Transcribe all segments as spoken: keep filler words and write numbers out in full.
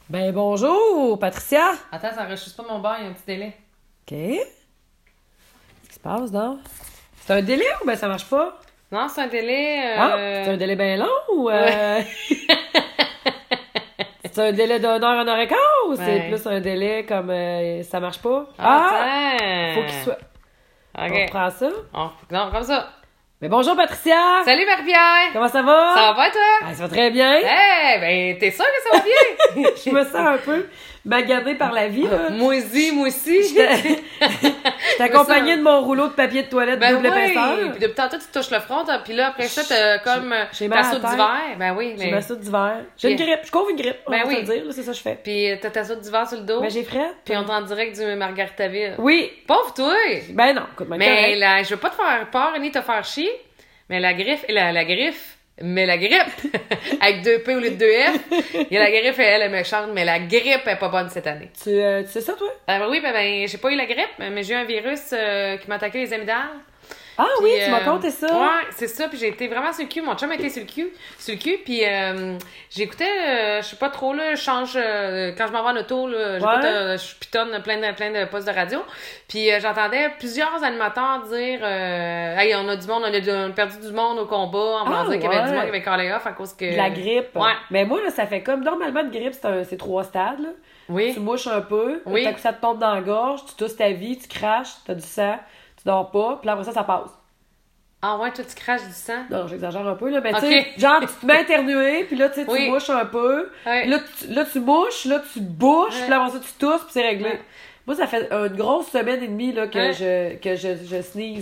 Ben bonjour, Patricia! Attends, ça enregistre pas mon bar, il y a un petit délai. OK. Qu'est-ce qui se passe, non? C'est un délai ou ben ça marche pas? Non, c'est un délai... Euh... Ah, c'est un délai bien long ou... Euh... c'est un délai d'une heure, une heure et quart ou c'est Ouais. plus un délai comme euh, ça marche pas? Ah, Faut qu'il soit... OK. On prend ça. On- Non, comme ça. Mais bonjour, Patricia! Salut Marie-Pierre! Comment ça va? Ça va toi? Ah, ça va très bien. Eh, ben, t'es sûr que ça va bien? Je me sens un peu magadée par la vie, là. Moi aussi, moi aussi. J'étais j'étais accompagnée de mon rouleau de papier de toilette Ben double oui! épaisseur. Puis depuis tantôt, tu te touches le front, t'as- puis là, après ça, t'as comme euh, j'ai ta mal à la soude tête. d'hiver. Ben oui, J'ai mais... ma soude d'hiver. J'ai une Puis- grippe. Je couvre une grippe. Ben on va oui. te le dire, là, c'est ça que je fais. Puis euh, t'as ta soude d'hiver sur le dos. Mais j'ai frais. Puis on est en direct du Margaritaville. Oui. Pauvre toi! Ben non, écoute, mais Mais correct. la, je veux pas te faire peur ni te faire chier, mais la griffe, la, la griffe, mais la grippe, avec deux P au lieu de deux F, il y a la griffe, elle est méchante, mais la grippe est pas bonne cette année. Tu, euh, tu sais ça, toi? Euh, ben oui, ben, ben j'ai pas eu la grippe, mais j'ai eu un virus euh, qui m'a attaqué les amygdales. Ah Puis, oui, tu m'as euh, conté ça. Ouais, c'est ça. Puis j'ai été vraiment sur le cul. Mon chum a été sur le cul. Sur le cul. Puis euh, j'écoutais, euh, je sais pas trop, là, je change, euh, quand je m'en vais en auto, là, j'écoute, Ouais. euh, je pitonne plein de, plein de postes de radio. Puis euh, j'entendais plusieurs animateurs dire, euh, hey, on a du monde, on a, du- on a perdu du monde au combat. On Ah, va dire qu'il y avait ouais. du monde qui avait callé off à cause que... De la grippe. Ouais. Mais moi, là, ça fait comme... Normalement, de grippe, c'est, un- c'est trois stades, là. Oui. Tu mouches un peu. Oui. Tout à coup, ça te tombe dans la gorge. Tu tousses ta vie. Tu craches. T'as du sang. Tu dors pas. Puis là, après ça, ça passe. Ah ouais, toi, tu craches du sang. Non, j'exagère un peu, là. Mais Ok. tu sais, genre, tu te mets à éternuer. Puis là, tu sais, tu Oui. mouches un peu. Ouais. Puis là, tu, là, tu mouches. Là, tu bouches. Ouais. Puis là, après ça, tu tousses. Puis c'est réglé. Ouais. Moi, ça fait une grosse semaine et demie, là, que Ouais. je, que je, je sneeze.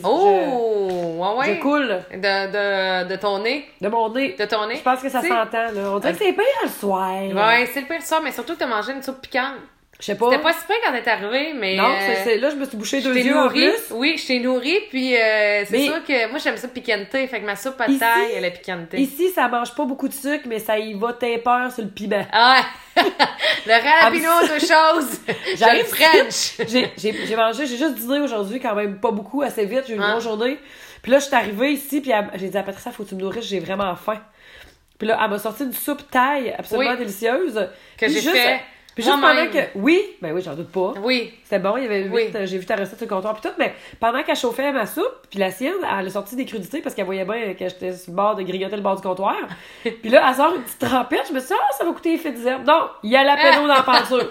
Oh! Ouais, Je, ouais. je coule. De, de, de ton nez. De mon nez. De ton nez. Je pense que ça Tu sais, s'entend, là. On dirait que c'est pire le soir. Ouais, c'est le pire soir, mais surtout que t'as mangé une soupe piquante. Je sais pas. C'était pas si pire quand t'es arrivé, mais... Non, euh, c'est, c'est- là, je me suis bouché je deux t'ai yeux en nourrie. plus. Oui, je t'ai nourrie, puis euh, c'est Mais- sûr que moi, j'aime ça piquanté, fait que ma soupe à Ici- taille, elle est piquantée. Ici, ça mange pas beaucoup de sucre, mais ça y va tes peur sur le piment. Ah ouais! Le rapino, deux choses! J'arrive J'arrive French! J'ai, j'ai, j'ai mangé, j'ai juste dîné aujourd'hui, quand même pas beaucoup, assez vite, j'ai eu une Ah. grosse journée. Puis là, je suis arrivée ici, puis elle- j'ai dit à Patricia, faut que tu me nourrisses, j'ai vraiment faim. Puis là, elle m'a sorti une soupe taille absolument Oui. délicieuse. Que Puis j'ai juste- fait Puis juste moi-même. pendant que... Oui, ben oui, j'en doute pas. Oui. C'était bon, il y avait huit, Oui. euh, j'ai vu ta recette sur le comptoir puis tout, mais pendant qu'elle chauffait ma soupe, puis la sienne, elle a sorti des crudités parce qu'elle voyait bien que j'étais sur le bord de grignoter le bord du comptoir. Puis là, elle sort une petite trempette, je me suis dit, ah, ça va coûter effet d'herbe. Non, il y a la péno dans la peinture.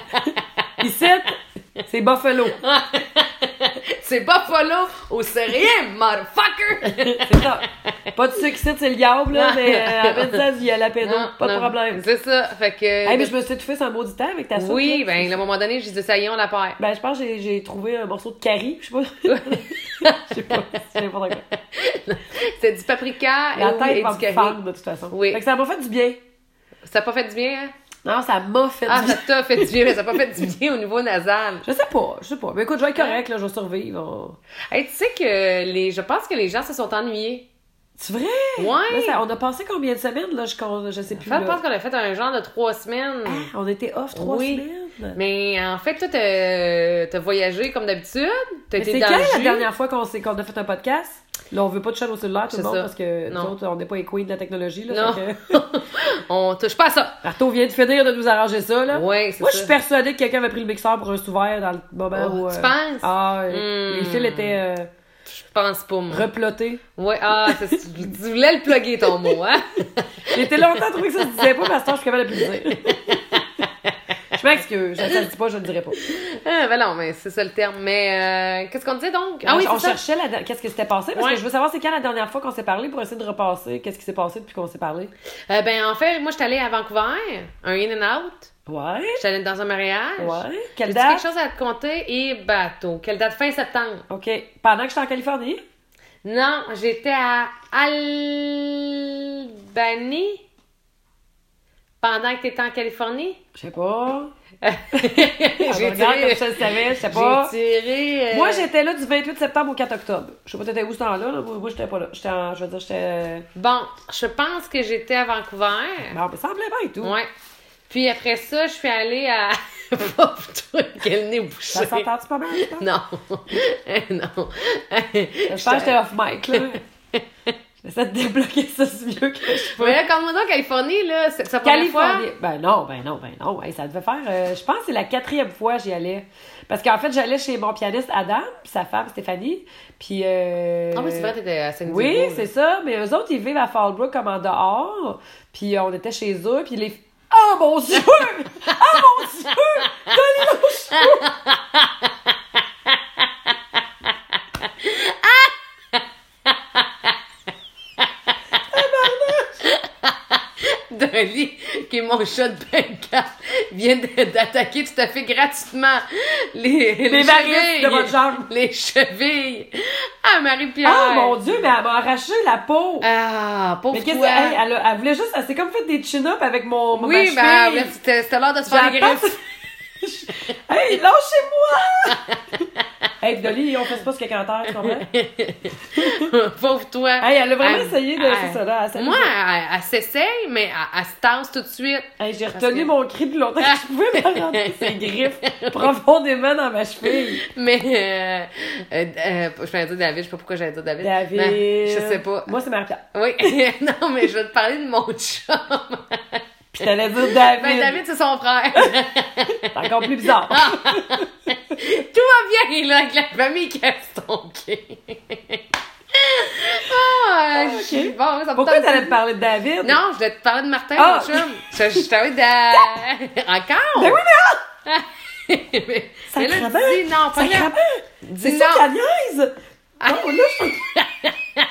Ici, c'est Buffalo. C'est Buffalo au céréales, motherfucker! C'est ça. Pas de sucre ici, c'est le diable, là, mais euh, avec ça, il y a la péno, Non, pas de non, problème. C'est ça, fait que... Hey, mais je me suis étouffée sur un maudit temps avec ta soupe. Oui, là. ben, à un moment donné, je disais, ça y est, on la perd. Ben, je pense que j'ai, j'ai trouvé un morceau de curry, je sais pas. Je sais pas, c'est n'importe quoi. C'est du paprika La et, tête et va du me curry. fendre, de toute façon. Oui. Fait que ça m'a fait du bien. Ça n'a pas fait du bien, hein? Non, ça m'a fait Ah, du ça bien. t'a fait du bien, mais ça n'a pas fait du bien au niveau nasal. Je sais pas, je sais pas. Mais écoute, je vais être correct, là, je vais survivre. on- Hey, tu sais que les, je pense que les gens se sont ennuyés. C'est vrai? Ouais. Là, ça- on a passé combien de semaines, là? Je, con- je sais plus. Je Là. pense qu'on a fait un genre de trois semaines. Ah, on était off trois Oui. semaines. Mais en fait, toi, t'as, t'as voyagé comme d'habitude. T'as Mais été c'est dans quand le la jus. dernière fois qu'on, s'est, qu'on a fait un podcast? Là, on veut pas de chaîne au cellulaire, tout le C'est monde, ça. parce que Non. nous autres, on n'est pas les queens de la technologie, là. Non. Fait que... On touche pas à ça. Arto vient de finir de nous arranger ça, là. Ouais, c'est Moi, ça. je suis persuadée que quelqu'un avait pris le mixeur pour un sous-verre dans le moment Oh, où... tu euh, penses? Ah, euh, Hmm. les fils étaient euh, Je pense pas, moi. replotés. Ouais, ah, c'est- tu voulais le plugger, ton mot, hein? J'ai été longtemps à trouver que ça se disait pas, parce que je suis capable de plus le dire. Je m'excuse, ça le dit pas, je le dirai pas. Ah, ben non, mais c'est ça le terme. Mais, euh, qu'est-ce qu'on disait donc? Ah oui, on c'est ça. cherchait la... qu'est-ce qui s'était passé, parce Ouais. que je veux savoir c'est quand la dernière fois qu'on s'est parlé pour essayer de repasser qu'est-ce qui s'est passé depuis qu'on s'est parlé. Euh, ben, en fait, moi, j'étais allée à Vancouver, un in and out. Ouais, J'étais allée dans un mariage. ouais. Quelle J'ai-tu date? quelque chose à te compter et bateau. Quelle date? Fin septembre. OK. Pendant que j'étais en Californie? Non, j'étais à Albany. Pendant que t'étais en Californie. Je sais pas. J'ai Je regarde comme tiré. ça le savais, je sais pas. J'ai tiré. euh, Moi, j'étais là du vingt-huit septembre au quatre octobre. Je sais pas, t'étais où ce temps-là? Là? Moi, moi, j'étais pas là. J'étais en... Je veux dire, j'étais... Bon, je pense que j'étais à Vancouver. Bon, mais ça semblait bien et tout. Ouais. Puis après ça, je suis allée à. Pauvre toi, quel nez bouché. Ça s'entend-tu pas mal, ça? Non. non. J'espère que j'étais off mic, là. J'essaie de débloquer ça du mieux que je peux. Mais là, quand on est en Californie, là, c'est sa première fois. Californie. Ben non, ben non, ben non. Hey, ça devait faire. euh, je pense que c'est la quatrième fois que j'y allais. Parce qu'en fait, j'allais chez mon pianiste Adam, puis sa femme Stéphanie. Puis. Euh... Ah oui, c'est vrai, t'étais à San Diego. Oui, là. c'est ça. Mais eux autres, ils vivent à Fallbrook comme en dehors. Puis euh, on était chez eux. Puis les. Oh mon Dieu! Oh mon Dieu! Dolly au chou! Dolly, qui est mon chat de vingt-quatre, vient de- d'attaquer tout à fait gratuitement les, les, Les varices chevilles. de votre jambe. Les chevilles. Ah, Marie-Pierre. Ah mon Dieu, mais elle m'a arraché la peau! Ah, pauvre Mais qu'est-ce toi. que. Hey, elle, a- elle voulait juste. Elle s'est comme fait des chin-ups avec mon. mon Oui, ma ben, cheville. là, c'était c'était l'heure de se faire les J'attends- griffes. Hey, lâchez-moi! Hey, Dolly, on fait pas ce qu'il y a quand tu comprends? Pauvre toi. Hey, elle a vraiment Elle- essayé de. elle- C'est ça, là. Elle s'amuse. Moi, elle, elle s'essaye, mais elle, elle se tasse tout de suite. Hey, j'ai Parce retenu que- mon cri plus longtemps que je pouvais me rentrer ses griffes profondément dans ma cheville. Mais, euh, euh, euh, je vais dire David, je sais pas pourquoi j'allais dire David. David. Mais je sais pas. Moi, c'est Marie-Pierre. Oui, non, mais je vais te parler de mon chum. Puis t'allais dire David. Ben, David, c'est son frère. C'est encore plus bizarre. Tout va bien, là, avec la famille Castonquet. Ah, ok. je suis bon, ça me Pourquoi tente- t'allais me parler de David? Non, je voulais te parler de Martin, Ah. mon chum. Je, je t'avais de... Encore? Ben oui, mais ah! mais, mais là, Sacrement! dis non, pas là. Sacrement! C'est Dis ça non. qu'elle niaise! Non, là, je...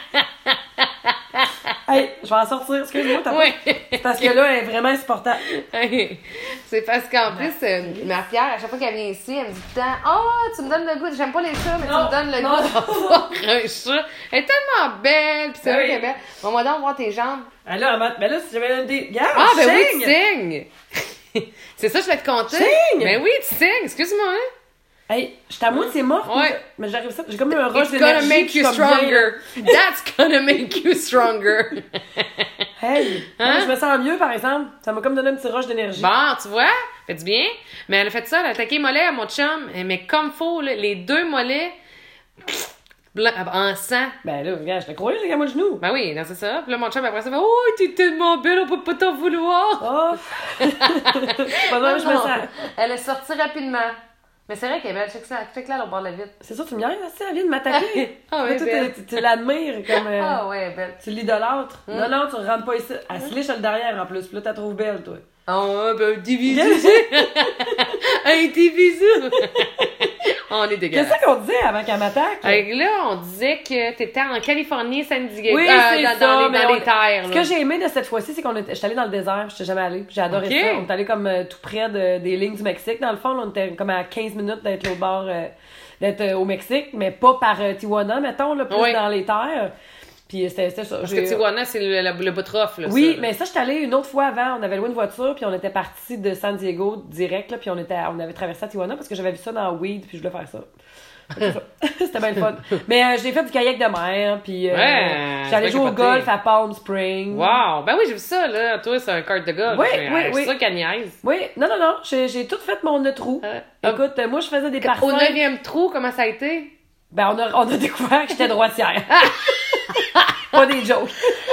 Hey, je vais en sortir. Excuse-moi, t'as Oui. pas... C'est parce que là, elle est vraiment insupportable. C'est parce qu'en plus, euh, ma Pierre, à chaque fois qu'elle vient ici, elle me dit tout le temps « Oh, tu me donnes le goût, j'aime pas les chats, mais Non, tu me donnes le non. goût d'avoir un chat. » Elle est tellement belle, pis c'est Ben vrai oui. qu'elle est belle. Bon, moi donc, voir tes jambes. Ah là, Amath, ben là, si j'avais un des... Regarde, Ah, ben oui, signe. tu signes! C'est ça, je vais te compter. Signe! Ben oui, tu signes, excuse-moi. Hein? Hey, j'étais à moitié morte. Ouais. Mais j'arrive ça, j'ai comme eu un rush It's gonna d'énergie. make puis you je suis comme bien, stronger. That's gonna make you stronger. Hey, Hein? moi, je me sens mieux, par exemple. Ça m'a comme donné un petit rush d'énergie. Bon, tu vois, fait du bien. Mais elle a fait ça, elle a attaqué les mollets à mon chum. Mais comme faut, là, les deux mollets blancs, en sang. Ben là, regarde, je te croyais, j'ai moi le genou. Ben oui, non, c'est ça. Puis là, mon chum, après ça, fait « Oh, t'es tellement belle, on peut pas t'en vouloir! Oh! C'est pas vrai, je me Non. sens... Elle est sortie rapidement. Mais c'est vrai qu'elle est belle. Check ça, check là, au bord de la vitre. C'est ça, tu me niaises, elle vient de m'attaquer. Ah oui, Là, toi, belle. tu, tu l'admires comme... euh, Ah ouais, belle. Tu l'idolâtres. Mm. Non, non, tu rentres pas ici. Elle se liche le derrière, en plus. Puis là, t'as trouvé belle, toi. Ah ouais, ben un petit bisou. Un petit bisou. On est Qu'est-ce dégueulasse. qu'on disait avant qu'elle m'attaque? Fait que là, on disait que t'étais en Californie, San Diego. Oui, euh, c'est dans, ça, dans les, mais dans on- les terres. Ce là. que j'ai aimé de cette fois-ci, c'est qu'on était... J'étais allée dans le désert, j'étais jamais allée. Puis j'ai adoré Ok. ça. On est allé comme euh, tout près de- des lignes du Mexique. Dans le fond, là, on était comme à quinze minutes d'être au bord, euh, d'être euh, au Mexique, mais pas par euh, Tijuana, mettons, là, plus Oui. dans les terres. Puis c'était c'était ça. Parce J'ai- que Tijuana, c'est le, le, le bout de rough, là. Oui, ça. mais ça, j'étais allée une autre fois avant. On avait loué une voiture, puis on était parti de San Diego direct, là, puis on, était, on avait traversé à Tijuana parce que j'avais vu ça dans Weed, puis je voulais faire ça. Fait que c'est ça. C'était bien le fun. Mais euh, j'ai fait du kayak de mer, puis euh, Ouais, j'allais c'est jouer au bien capoté. golf à Palm Springs. Wow! Ben oui, j'ai vu ça, là. Toi, c'est un cart de golf. Oui, Mais, oui, euh, oui. C'est ça qu'elle niaise. Oui, non, non, non, j'ai, j'ai tout fait mon trou. Euh, Écoute, euh, moi, je faisais des Au parfums. neuvième trou, comment ça a été? Ben, on a, on a découvert que j'étais droitière. Pas des jokes.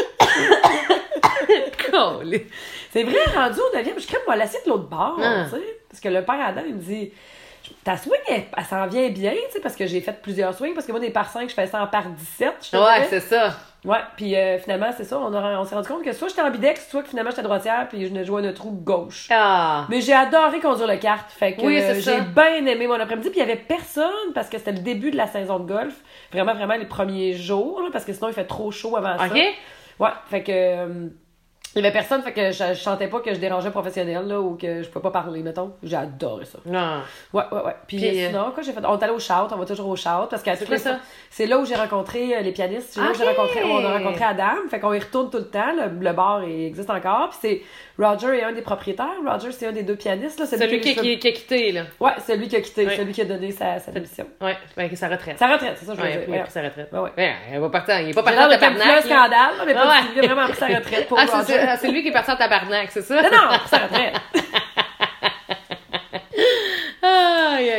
Cool. C'est vrai, rendu au neuvième, je crème moi l'assiette de l'autre bord, Ah. tu sais. Parce que le père Adam, il me dit, ta swing, elle, elle s'en vient bien, tu sais, parce que j'ai fait plusieurs swings, parce que moi, des par cinq, je fais ça en par dix-sept, je te Ouais, dirais. c'est ça. Ouais, puis euh, finalement, c'est ça, on, a, on s'est rendu compte que soit j'étais ambidex, soit que finalement, j'étais droitière, puis je ne jouais un trou gauche. Ah. Mais j'ai adoré conduire le kart, fait que Oui, euh, c'est ça. j'ai bien aimé mon après-midi, puis il y avait personne, parce que c'était le début de la saison de golf, vraiment, vraiment les premiers jours, là, parce que sinon, il fait trop chaud avant ça. OK? Ouais, fait que... euh, il y avait personne, fait que je, je sentais pas que je dérangeais un professionnel, là, ou que je pouvais pas parler, mettons. J'ai adoré ça. Non. Ouais, ouais, ouais. Puis, Puis, euh, sinon, quoi, j'ai fait... On est allé au shout, on va toujours au shout, parce qu'à C'est toutes les quoi ça? fois- c'est là où j'ai rencontré euh, les pianistes. C'est là où j'ai Ok! rencontré... On a rencontré Adam, fait qu'on y retourne tout le temps, le, le bar il existe encore, puis c'est... Roger est un des propriétaires, Roger, c'est un des deux pianistes, là. Celui qui, qui, qui a quitté, là. Ouais, c'est lui qui a quitté, Ouais. celui qui a donné sa, sa démission. Ouais, ben, sa retraite. Sa retraite, c'est ça, je veux Ouais, dire. il a Ouais. pris sa retraite. Ouais, ouais. Ouais, il va partir, il est pas J'ai parti en l'air de calculer un tabarnak. là. scandale, là, mais pas Ouais. du tout. Il a vraiment pris sa retraite pour Ah, c'est, Roger. c'est, c'est lui qui est parti en tabarnak, c'est ça? Non, non, pour sa retraite. Aïe, aïe, aïe.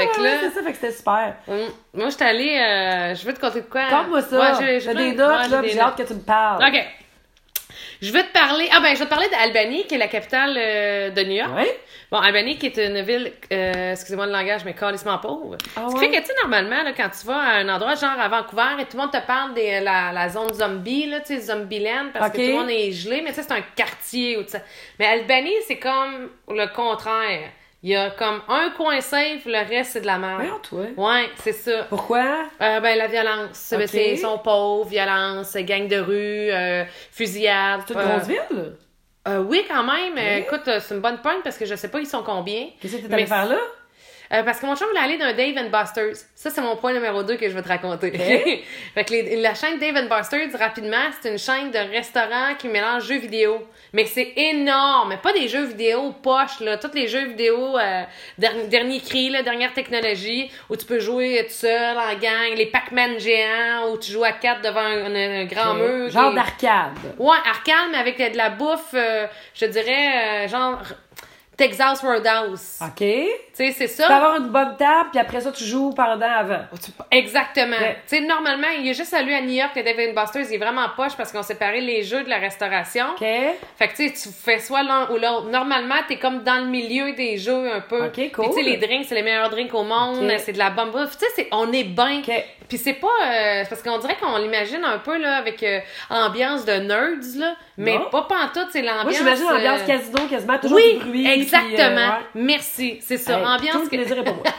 Fait que ouais, là, ouais, c'est ça, fait que c'était super. hum, moi, j'étais allée, euh, je veux te conter de quoi? Conte-moi ça. Ouais, j'ai, j'ai T'as plein- des notes, ouais, là, j'ai puis des j'ai hâte que tu me parles. OK. Je vais te parler. Ah, ben, je vais te parler d'Albany, qui est la capitale euh, de New York. Ouais. Bon, Albany, qui est une ville, euh, excusez-moi le langage, mais calissement pauvre. Ah Ce qui ouais? fait que, tu sais, normalement, là, quand tu vas à un endroit genre à Vancouver et tout le monde te parle de la, la zone zombie, là, tu sais, Zombieland, parce Ok. que tout le monde est gelé, mais tu sais, c'est un quartier ou tout ça. Mais Albany, c'est comme le contraire. Il y a comme un coin safe, le reste, c'est de la merde. Voyons, toi. Ouais, c'est ça. Pourquoi? Euh, ben, la violence. Ben, Ok. c'est, ils sont pauvres, violence, gang de rue, euh, fusillade. C'est une euh, grosse ville? euh, oui, quand même. Euh, Oui. écoute, euh, c'est une bonne pointe parce que je sais pas ils sont combien. Qu'est-ce que t'es Mais allé faire là? Euh, parce que mon chum voulait aller d'un Dave and Buster's. Ça, c'est mon point numéro deux que je vais te raconter. Okay. Fait que les- la chaîne Dave and Buster's, rapidement, c'est une chaîne de restaurants qui mélange jeux vidéo. Mais c'est énorme. Pas des jeux vidéo poches, là. Tous les jeux vidéo, euh, der- dernier cri, là, dernière technologie, où tu peux jouer tout seul, en gang. Les Pac-Man géants, où tu joues à quatre devant un, un- un grand Ok. mur. Genre qui- d'arcade. Ouais, arcade, mais avec de la bouffe, euh, je te dirais, euh, genre Texas Roadhouse. OK. Tu sais, c'est ça. Tu peux avoir une bonne table, puis après ça, tu joues pendant avant. Exactement. Ouais. Tu sais, normalement, il y a juste celui à New York, le Dave and Buster's, il est vraiment poche parce qu'on séparé les jeux de la restauration. OK. Fait que tu sais, tu fais soit l'un ou l'autre. Normalement, t'es comme dans le milieu des jeux un peu. Ok, Puis cool. tu sais, les drinks, c'est les meilleurs drinks au monde, Ok. c'est de la bonne bouffe. Tu sais, c'est- on est bien. OK. Puis c'est pas... euh, c'est parce qu'on dirait qu'on l'imagine un peu, là, avec euh, ambiance de nerds, là. Mais Non. pas pantoute, c'est l'ambiance... Moi, j'imagine l'ambiance euh, casino, quasiment toujours Oui, du bruit. exactement. puis, euh, ouais. Merci, c'est ça. Hey, ambiance... tout le plaisir est pour moi.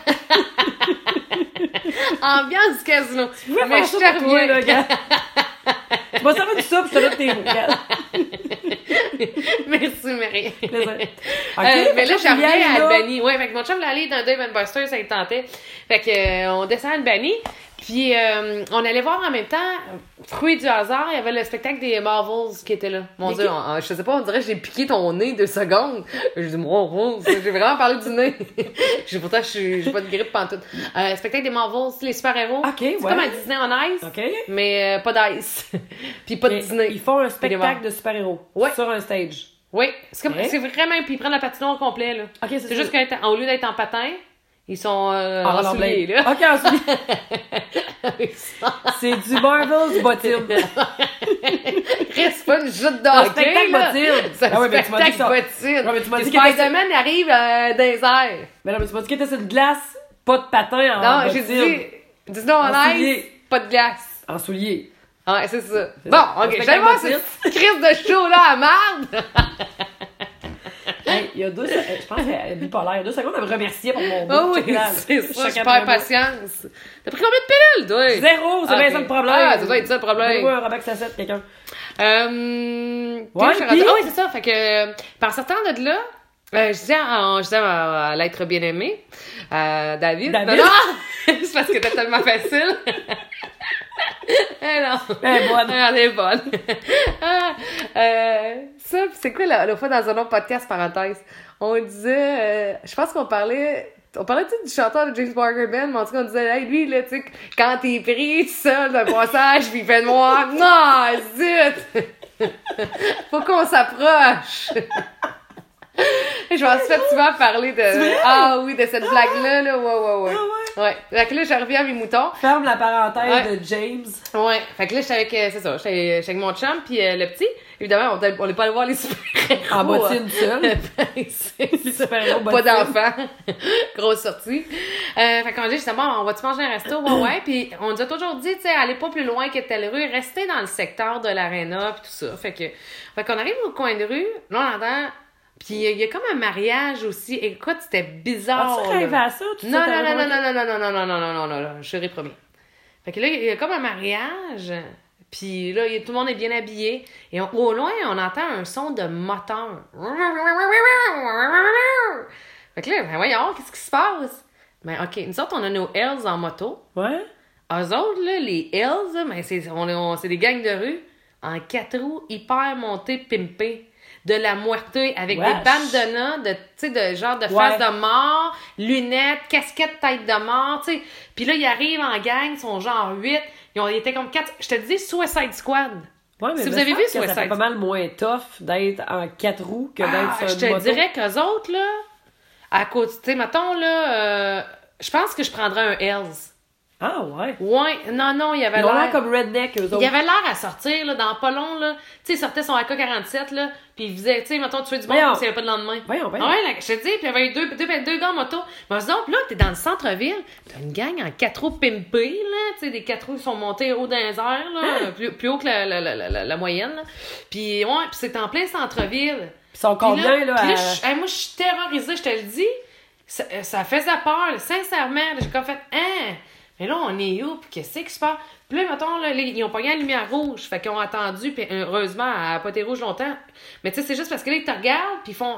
ambiance du casino. Tu pouvais Mais faire je ça te pour toi, reviens. là, gars. Tu m'as servi du soupe, je te donne tes mots, regarde. Merci, Marie. Plaisir. Euh, OK, mais fait là, que je tu y allais, reviens à là. Albany. Ouais, fait que mon chum voulait aller dans Dave and Buster's, ça il tentait. Fait que, euh, on descend à Albany. Puis, euh, on allait voir en même temps, fruit du hasard, il y avait le spectacle des Marvels qui était là. Mon Mais Dieu, qui- on- on- je sais pas, on dirait que j'ai piqué ton nez deux secondes. J'ai dit, Marvels, j'ai vraiment parlé du nez. j'ai pourtant, je suis- j'ai pas de grippe pantoute. Euh, spectacle des Marvels, les super-héros. OK, C'est ouais. comme un Disney on Ice, OK. mais euh, pas d'ice. Puis pas de Et Disney. Ils font un des spectacle de super-héros Ouais. sur un stage. Oui, c'est comme, Ok. c'est vraiment, puis ils prennent la patinoire au complet, là. OK, c'est C'est juste ça. qu'au lieu d'être en patin, ils sont euh, En en souliers, là. OK, en souliers. C'est du Marvel's bottine. Reste pas une joute de Un hockey, spectacle là. bottine. C'est un Ah ouais, mais tu m'as dit spectacle ça. bottine. Ouais, mais tu m'as Puis dit qu'il était- Spider-Man arrive euh, dans les airs. Mais non, mais tu m'as dit que t'étais sur une glace, pas de patin en Non, bottine. j'ai dit, Disney on En ice, souliers. pas de glace. En souliers. Ouais, c'est ça. C'est Bon, ça. Un ok, spectacle j'allais voir bottine. cette crise de show-là à marde. Hey, il y a deux secondes, je pense qu'elle est bipolaire. Il y a deux secondes, elle me remerciait pour mon beau Oh oui, chocolat. c'est ça, je Chacun perds pour un patience. T'as pris combien de pilules, toi? Zéro, c'est Ah, bien ok. ça le problème. Ah, ça doit être ça le problème. Donnez-moi un Robax à sept, quelqu'un. Euh, Ouais, puis là, je suis puis- rendue- Ah oui, c'est ça. Fait que, euh, par sortant de là, euh, je disais, à, je disais à, à l'être bien-aimé, euh, David. David? Non, non! c'est parce que t'es tellement facile. Eh non. Elle est bonne. Ah, elle est bonne. Ah, euh, ça, puis c'est quoi, la, la fois dans un autre podcast, parenthèse, on disait, euh, je pense qu'on parlait, on parlait, tu sais, du chanteur de James Barker Band, mais en tout cas, on disait, hey, lui, là, tu sais, quand t'es pris seul d'un passage, puis il fait noir, non, zut! Faut qu'on s'approche! Je m'en suis fait souvent parler de, ah oui, de cette blague-là, là, ouais, ouais, ouais. Ah ouais? Ouais. Fait que là, je reviens à mes moutons. Ferme la parenthèse Ouais. de James. Ouais. Fait que là, j'étais avec, euh, c'est ça, j'étais j'étais avec mon chum, puis euh, le petit. Évidemment, on est- on est pas allé voir les super-héros. En bottine seule. Ben, c'est Les super-héros pas bottine. d'enfants. Grosse sortie. Euh, fait qu'on dit, justement, bon, on va-tu manger un resto? Ouais, ouais. Puis on nous a toujours dit, tu sais, allez pas plus loin que telle rue, restez dans le secteur de l'aréna, puis tout ça. Fait que, fait qu'on arrive au coin de rue, là, on entend. Puis il y a comme un mariage aussi. Écoute, c'était bizarre. As-tu là. rêvé à ça? Tout Non, ça, non, t'avais non, non, remarqué? non, non, non, non, non, non, non, non, non, je serai promis. Fait que là, il y a comme un mariage, puis là, il y a- tout le monde est bien habillé, et on- au loin, on entend un son de moteur. Fait que là, ben voyons, qu'est-ce qui se passe? Ben, OK, nous autres, on a nos Hells en moto. Ouais? Eux autres, là, les Hells, là, ben, c'est, on, est- on- c'est des gangs de rue en quatre roues, hyper montés, pimpés. De la moitié avec Wesh. des bandanas de, tu sais, de genre de Ouais. face de mort, lunettes, casquette tête de mort, tu sais. Puis là, ils arrivent en gang, ils sont genre huit. Ils, ont, ils étaient comme quatre. Je te dis Suicide Squad. Ouais, mais Si me vous avez semble vu que ça Suicide fait pas mal moins tough d'être en quatre roues que Ah, d'être je sur te une moto. dirais qu'eux autres, là, à côté, tu sais, mettons, là, euh, Je pense que je prendrais un Hells. Ah, ouais. Ouais, non, non, il avait Ils ont l'air l'air... comme redneck, eux autres. Il avait l'air à sortir, là, dans pas long, là. Tu sais, il sortait son A K quarante-sept, là, pis il faisait, tu sais, mettons, tuer du monde, Voyons. s'il n'y avait pas de lendemain. Voyons, voyons. Ouais, là, je te dis, puis il y avait eu deux, deux, deux gars en moto. Mais disons, pis là, t'es dans le centre-ville, t'as une gang en quatre roues pimpés, là, tu sais, des quatre roues qui sont montés haut dans les airs, là, Hein? plus, plus haut que la, la, la, la, la moyenne, là. Pis, ouais, pis c'est en plein centre-ville. Ils sont Pis combien, là? pis à- je- hey, moi, je suis terrorisée, je te le dis. Ça, ça faisait peur, là, sincèrement. Là, j'ai comme fait, hein? Mais là, on est où? Puis qu'est-ce qui se passe? Puis là, mettons, là, les- ils ont pogné la lumière rouge. Fait qu'ils ont attendu, puis heureusement, elle n'a pas été rouge longtemps. Mais tu sais, c'est juste parce que là, ils te regardent, puis ils font...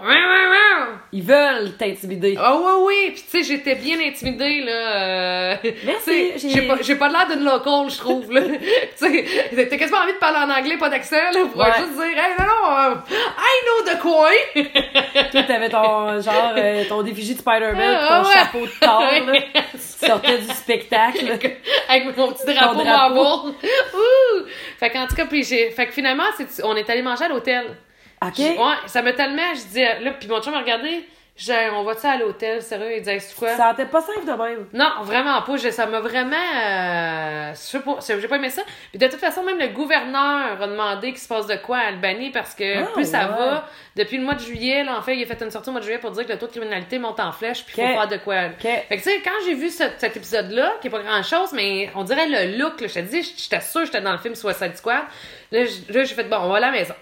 Ils veulent t'intimider. Ah oui, oui! Puis tu sais, j'étais bien intimidée, là. Euh... Merci, tu sais, j'ai- J'ai pas, j'ai pas l'air d'une local, je trouve, là. Tu sais, t'as quasiment envie de parler en anglais, pas d'accent, là, pour Ouais. juste dire, hey, non, non, euh, I know the coin! Toi, t'avais ton, genre, euh, ton effigie de Spider-Man, pis ton Ah, ouais. chapeau de tard, là. Tu sortais du spectacle, là. Avec mon petit drapeau Ton drapeau. Marvel. Ouh! Fait qu'en tout cas, puis j'ai... Fait que finalement, c'est... on est allé manger à l'hôtel. OK? J'ai- Ouais, ça m'a tellement... Je dis, là, puis mon chum m'a regardé. Je dis, on va-tu à l'hôtel, sérieux? Il disait, c'est quoi? Ça sentait pas safe de même. Non, vraiment pas. Je- ça m'a vraiment... Euh, je sais pas, j'ai pas aimé ça. Puis de toute façon, même le gouverneur a demandé qu'il se passe de quoi à Albanie parce que Ah, plus ça ouais. va, depuis le mois de juillet, là, en fait, il a fait une sortie au mois de juillet pour dire que le taux de criminalité monte en flèche puis il Ok. faut faire de quoi. OK. Fait que tu sais, quand j'ai vu ce- cet épisode-là, qui est pas grand-chose, mais on dirait le look, là, je te dis, j'étais sûre que j'étais dans le film Suicide Squad. Là, j- là, j'ai fait, bon, on va à la maison,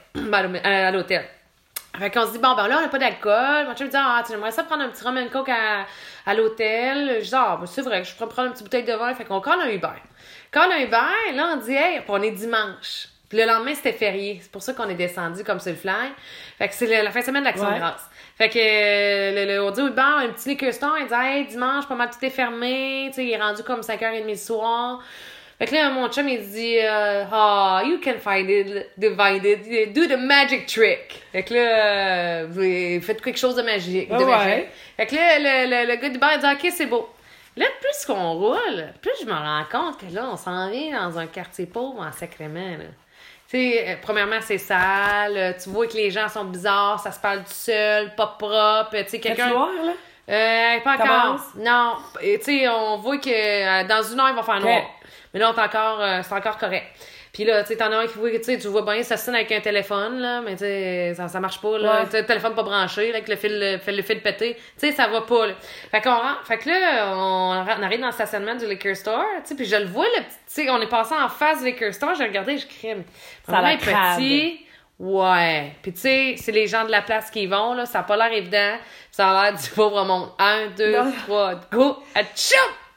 à l'hôtel. Fait qu'on se dit, bon, ben là, on n'a pas d'alcool. Mon chum me dit, ah, tu j'aimerais ça prendre un petit rum and coke à, à l'hôtel. Je dis, ah, ben, c'est vrai que je pourrais prendre une petite bouteille de vin. Fait qu'on colle un Uber. Colle un Uber, là, on dit, hey, puis on est dimanche. Puis le lendemain, c'était férié. C'est pour ça qu'on est descendu comme sur le fly. Fait que c'est le- la fin de semaine de l'Action de Ouais. grâce. Fait que, euh, le, le- on dit au Uber, un petit liquor store. Il dit, hey, dimanche, pas mal tout est fermé. Tu sais, il est rendu comme cinq heures trente le soir. Fait que là, mon chum, il dit, euh, ah, you can find it, divide it, do the magic trick. Fait que là, euh, vous faites quelque chose de magique. de Ah ouais. magique. Fait que là, le, le, le gars du bar, il dit, ok, c'est beau. Là, plus qu'on roule, plus je me rends compte que là, on s'en vient dans un quartier pauvre en Sacrement, là. Tu sais, euh, premièrement, c'est sale, euh, tu vois que les gens sont bizarres, ça se parle tout seul, pas propre, tu sais, Quelqu'un quelqu'un... noir, là? Euh, pas encore. Commence. Non. Et, tu sais, on voit que euh, dans une heure, il va faire noir. Mais là, on est encore, euh, c'est encore correct. Puis là, tu sais, t'en as un qui voit, tu sais, tu vois bien, ça sonne avec un téléphone, là, mais tu sais, ça, ça marche pas, là. Ouais. Tu sais, le téléphone pas branché, là, avec le fil, le, le fil pété. Tu sais, ça va pas, là. Fait qu'on rentre, fait que là, on, on arrive dans le stationnement du liquor store, tu sais, puis je le vois, le petit, tu sais, on est passé en face du liquor store, j'ai regardé, je crime. Ça a l'air Vraiment crade. petit. Ouais. Puis tu sais, c'est les gens de la place qui y vont, là. Ça a pas l'air évident. Ça a l'air du pauvre monde. Un, deux, Non. trois, go! Atchou!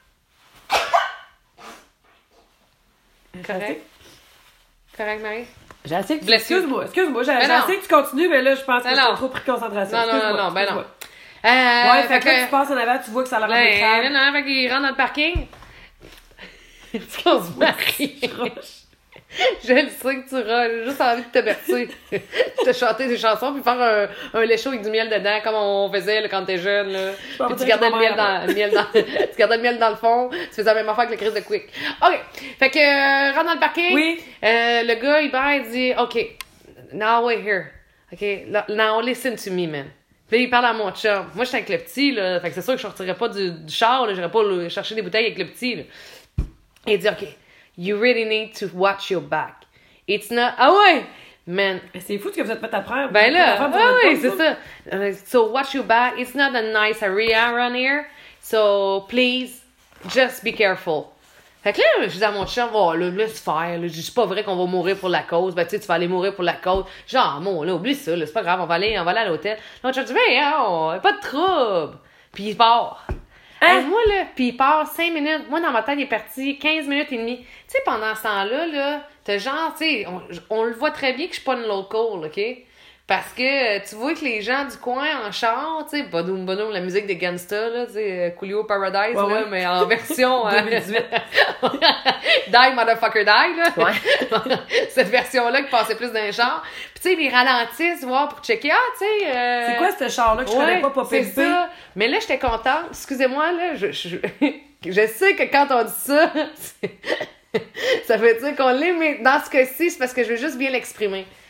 Correct? Correct, Marie? J'ai assez que tu... Bless you. Excuse-moi, excuse-moi, j'ai Ben j'ai non. assez que tu continues, mais là, je pense que Ben j'ai non. trop pris de concentration. Non, non, non, Excuse-moi, non, ben non. excuse-moi. Euh, Ouais, fait que là, tu passes en avant, tu vois que ça a l'air un peu Ouais, crade. non, non, fait qu'il rentre dans le parking. Est-ce qu'on se marie? Je le sais que tu râles, j'ai juste envie de te bercer. de chanter des chansons puis faire un, un lait chaud avec du miel dedans, comme on faisait là, quand t'es jeune. Là. pas Puis tu dire gardais que le miel, je dans, le miel dans, tu gardais le miel dans le fond, tu faisais la même affaire avec le crise de Quick. OK. Fait que, euh, rentre dans le parking. Oui. Euh, le gars, il part, il dit, OK, now wait here. OK, now listen to me, man. Puis il parle à mon chum. Moi, j'étais avec le petit, là. Fait que c'est sûr que je sortirais pas du, du char, là. J'irais pas là, chercher des bouteilles avec le petit, là. Et il dit, OK, you really need to watch your back. It's not... Ah ouais! Man. Mais c'est fou ce que vous êtes fait apprendre. Ben là, ah ah oui, c'est ça. Uh, so watch your back. It's not a nice area around here. So please, just be careful. Fait que là, je dis à mon chum, oh, là, laisse faire. Là. Je dis, c'est pas vrai qu'on va mourir pour la cause. Ben, tu sais, tu vas aller mourir pour la cause. Genre, bon, là, oublie ça, là, c'est pas grave, on va aller, on va aller à l'hôtel. Mon chum dit, ben, oh, pas de trouble. Puis il part. Hein? Hey, moi, là, puis il part cinq minutes. Moi, dans ma tête, il est parti quinze minutes et demie. Tu sais, pendant ce temps-là, là, t'as genre, tu sais, on, on le voit très bien que je suis pas une local, OK? Parce que euh, tu vois que les gens du coin en char, tu sais, Bodoum Bodoum, la musique des Gangsta, là, tu sais, euh, Coolio Paradise, Ouais, là, ouais. mais en version... euh, deux mille dix-huit. Die, motherfucker, die, là. Ouais. Cette version-là qui passait plus dans les chars. Puis tu sais, ils ralentissent, voir, pour checker, ah, tu sais... euh, C'est quoi ce char-là que je connais pas, pas c'est pimpé? ça. Mais là, j'étais contente. Excusez-moi, là, je, je, je sais que quand on dit ça, c'est- ça veut dire qu'on l'est, mais dans ce cas-ci, c'est parce que je veux juste bien l'exprimer.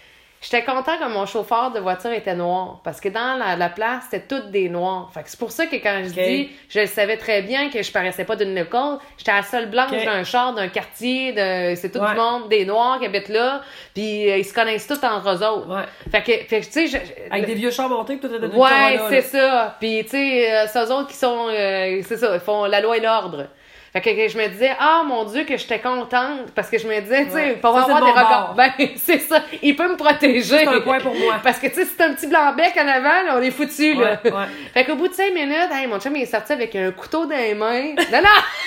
j'étais content que mon chauffeur de voiture était noir. Parce que dans la, la place, c'était toutes des noirs. Fait que c'est pour ça que quand je Okay. dis, je le savais très bien que je paraissais pas d'une école, j'étais la seule blanche Okay. d'un char, d'un quartier, de, c'est tout Ouais. le monde, des noirs qui habitent là. Puis euh, ils se connaissent tous entre eux autres. Ouais. Fait que, fait que tu sais, je- je- Avec des vieux chars montés que tout est de ouais, c'est ça. Puis, tu sais, euh, c'est eux autres qui sont, euh, c'est ça, ils font la loi et l'ordre. Fait que, que je me disais, ah, mon Dieu, que j'étais contente, parce que je me disais, tu sais, Ouais. pour Ça, avoir c'est des de mon regards. bord. Ben, c'est ça, il peut me protéger. C'est un point pour moi. Parce que, tu sais, si t'as un petit blanc-bec en avant, là, on est foutu, là. Ouais, ouais. Fait qu'au bout de cinq minutes, hey, mon chum, il est sorti avec un couteau dans les mains. Non,